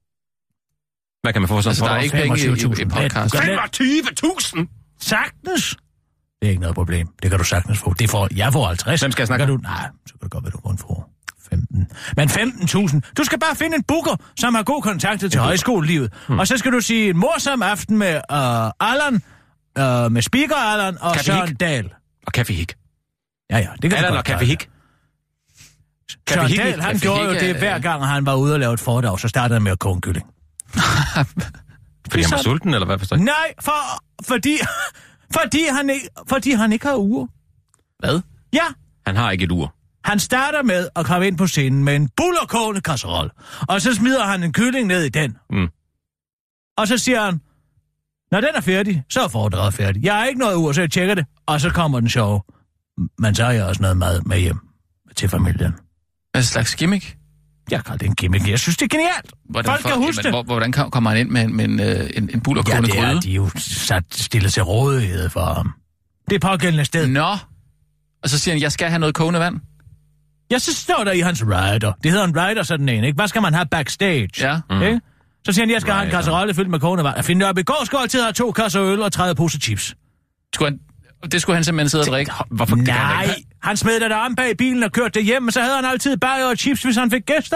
Speaker 10: Hvad kan man få sådan
Speaker 4: altså,
Speaker 10: foredrag?
Speaker 4: Der er ikke penge i, i podcast.
Speaker 10: femogtyve tusind!
Speaker 5: Sagtens! Det er ikke noget problem. Det kan du sagtens få. Det får, jeg får halvtreds.
Speaker 10: Hvem skal jeg snakke
Speaker 5: du, Nej, så kan det godt være, du kun får femten. Men femten tusind. Du skal bare finde en booker, som har god kontakt til højskolelivet. Hmm. Og så skal du sige en morsom aften med uh, Allan, uh, med Speaker Allan og
Speaker 10: Café
Speaker 5: Søren
Speaker 10: Hik.
Speaker 5: Dahl.
Speaker 10: Og Café Hik.
Speaker 5: Ja, ja, det kan
Speaker 10: Allan
Speaker 5: du
Speaker 10: og
Speaker 5: godt
Speaker 10: Café Hik.
Speaker 5: Søren Dahl, han gjorde jo det hver gang, han var ude og lave et foredrag, så startede han med at koge en kylling.
Speaker 10: Fordi han var sulten, eller hvad forstår jeg?
Speaker 5: Nej, for, fordi, fordi, han ikke, fordi han ikke har uger.
Speaker 10: Hvad?
Speaker 5: Ja.
Speaker 10: Han har ikke et ur.
Speaker 5: Han starter med at komme ind på scenen med en bullerkogende kasserole, og så smider han en kylling ned i den.
Speaker 10: Mm.
Speaker 5: Og så siger han, når den er færdig, så er foredraget færdig. Jeg har ikke noget ur, så jeg tjekker det, og så kommer den sjove. Men så har jeg også noget mad med hjem til familien.
Speaker 4: En slags gimmick?
Speaker 5: Jeg kalder det en gimmick. Jeg synes, det er genialt.
Speaker 4: Hvordan
Speaker 5: Folk
Speaker 4: for,
Speaker 5: kan huske
Speaker 4: jamen,
Speaker 5: det.
Speaker 4: Hvordan kommer han ind med, med en, en, en bullerkogende gryde?
Speaker 5: Ja, det er de jo sat stillet til rådighed for ham. Det er pågældende sted.
Speaker 4: Nå. Og så siger han, jeg skal have noget kogende vand?
Speaker 5: Ja, så står der i hans rider. Det hedder en rider, sådan en, ikke? Hvad skal man have backstage?
Speaker 4: Ja.
Speaker 5: Mm. Ikke? Så siger han, jeg skal rider. have en kasserolle fyldt med kogende vand. Jeg finder op i går, skal altid have to kasser øl og tredive poser chips.
Speaker 4: Skulle han, det skulle han simpelthen sidde og drikke?
Speaker 5: Hvorfor Nej, han, han smed det der om bag bilen og kørte det hjem, og så havde han altid bajer og chips, hvis han fik gæster.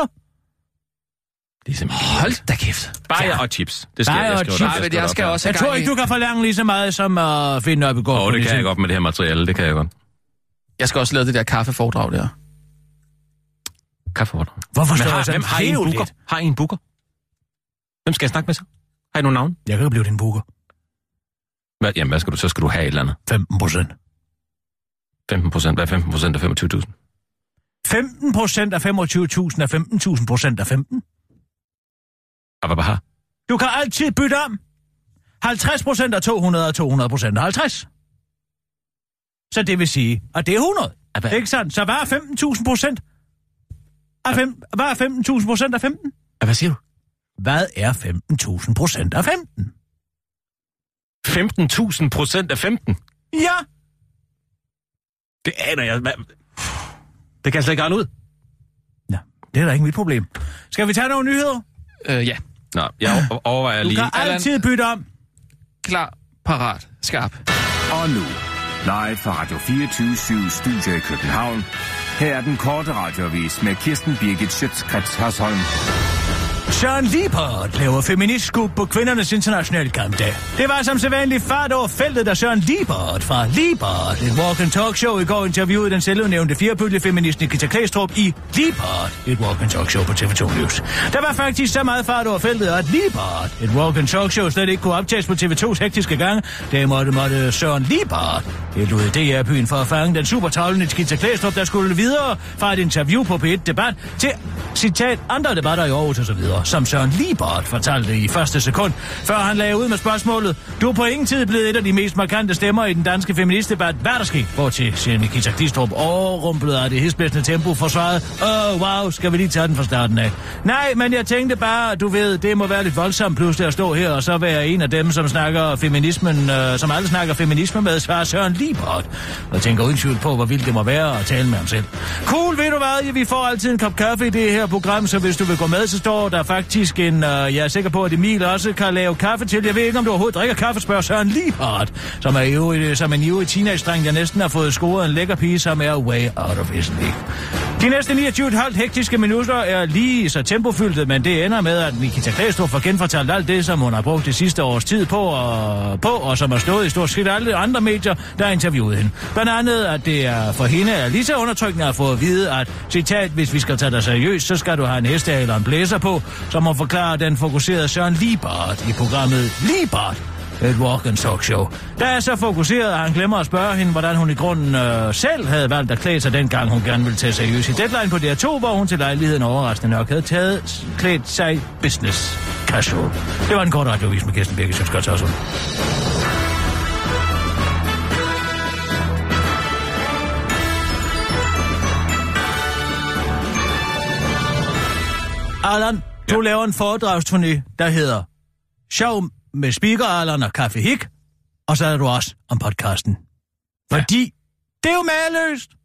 Speaker 10: Det er simpelthen...
Speaker 4: Hold da kæft.
Speaker 10: Bajer ja. og chips. Det skal
Speaker 5: bajer
Speaker 10: jeg,
Speaker 5: jeg
Speaker 10: skrive
Speaker 5: chips.
Speaker 10: Jeg,
Speaker 4: jeg skal også
Speaker 5: jeg tror ikke, du kan forlange lige så meget som at uh, finde op i går.
Speaker 10: Åh, oh, det kan jeg godt med det her materiale, det kan jeg godt.
Speaker 4: Jeg skal også lave det der kaffeforedrag der.
Speaker 10: Kaffeforedrag?
Speaker 5: Hvorfor står
Speaker 10: har,
Speaker 5: jeg sådan?
Speaker 10: Hvem har I en booker? Har I en booker? Hvem skal jeg snakke med så? Har I nogle navn?
Speaker 5: Jeg kan jo blive din booker.
Speaker 10: Hvad, jamen, hvad skal du? Så skal du have et eller andet.
Speaker 5: femten procent.
Speaker 10: femten procent? Hvad er femten procent af femogtyve tusind?
Speaker 5: femten procent af femogtyve tusind er femten tusind procent af femten.
Speaker 10: Og hvad har?
Speaker 5: Du kan altid bytte om. halvtreds procent af to hundrede og to hundrede procent af halvtreds. Så det vil sige, at det er hundrede. Hvad? Ikke sandt? Så hvad er femten tusind procent? Hvad er femten tusind procent af femten?
Speaker 10: Hvad siger du?
Speaker 5: Hvad er femten tusind procent af femten?
Speaker 10: femten tusind procent af femten?
Speaker 5: Ja.
Speaker 10: Det aner jeg. Det kan jeg slet ikke regne ud.
Speaker 5: Ja, det er da ikke mit problem. Skal vi tage nogle nyheder?
Speaker 4: Øh, ja.
Speaker 10: Nå, jeg overvejer
Speaker 5: du
Speaker 10: lige...
Speaker 5: Du kan altid bytte om.
Speaker 4: Klar, parat, skarp.
Speaker 6: Og nu, live fra Radio fireogtyve syv Studio i København. Her er den korte radioavis med Kirsten Birgit Schøtz-Krets Hørsholm.
Speaker 5: Søren Liebert laver feministskub på kvindernes internationale kampdag. Det var som sædvanligt fart over feltet, da Søren Liebert fra Liebert, et walk and talk show, i går interviewede den selvudnævnte firebølge feminist Nikita Klæstrup i Liebert, et walk and talk show på T V to News. Der var faktisk så meget fart over feltet, at Liebert, et walk and talk show, slet ikke kunne optages på T V tos hektiske gang. Det måtte, måtte Søren Liebert helt ud i D R-byen for at fange den supertavle Nikita Klæstrup, der skulle videre fra et interview på P et Debat til, citat, andre debatter i Aarhus og så videre, som Søren Liebert fortalte i første sekund, før han lagde ud med spørgsmålet: du er på ingen tid blevet et af de mest markante stemmer i den danske feministdebat. Hvad er der sket? Hvortil siger Nikita Klæstrup overrumplet af det hisblæsende tempo forsvaret: åh, oh, wow, skal vi lige tage den fra starten af? Nej, men jeg tænkte bare, du ved, det må være lidt voldsomt pludselig at stå her og så være en af dem, som snakker feminismen, øh, som alle snakker feminisme med, svarer Søren Liebert, og tænker uden tvivl på, hvor vildt det må være at tale med ham selv. Cool, ved du hvad? Vi får altid en kop kaffe i det her program, så hvis du vil gå med, så står der faktisk en, uh, jeg er sikker på, at Emil også kan lave kaffe til. Jeg ved ikke, om du overhovedet drikker kaffe, spørger Søren Liebert, som er jo som en ivrig teenage-dreng, der næsten har fået scoret en lækker pige, som er way out of his league. De næste niogtyve komma fem hektiske minutter er lige så tempofyldte, men det ender med, at Nikita Klæstrup får genfortalt alt det, som hun har brugt det sidste års tid på, og, på, og som har stået i stort set alle andre medier, der har interviewet hende. Blandt andet, at det er for hende er lige så undertrykkende at få at vide, at, citat, hvis vi skal tage dig seriøst, så skal du have en hestehale og en blæser på, som må forklare den fokuserede Søren Liebert i programmet Liebert, Et walk and talk show. Der er så fokuseret, at han glemmer at spørge hende, hvordan hun i grunden øh, selv havde valgt at klæde sig dengang, hun gerne ville tage seriøst i Deadline på D R to, hvor hun til lejligheden overraskende nok havde taget klædt sig business casual. Det var en kort radiovis med Kirsten Birgit Sjøtskrets Hørsholm. Allan, du ja. laver en foredragsturné, der hedder Show med Speaker Allan og Kaffe Hik, og så er du også om podcasten. Fordi ja. det er jo mageløst.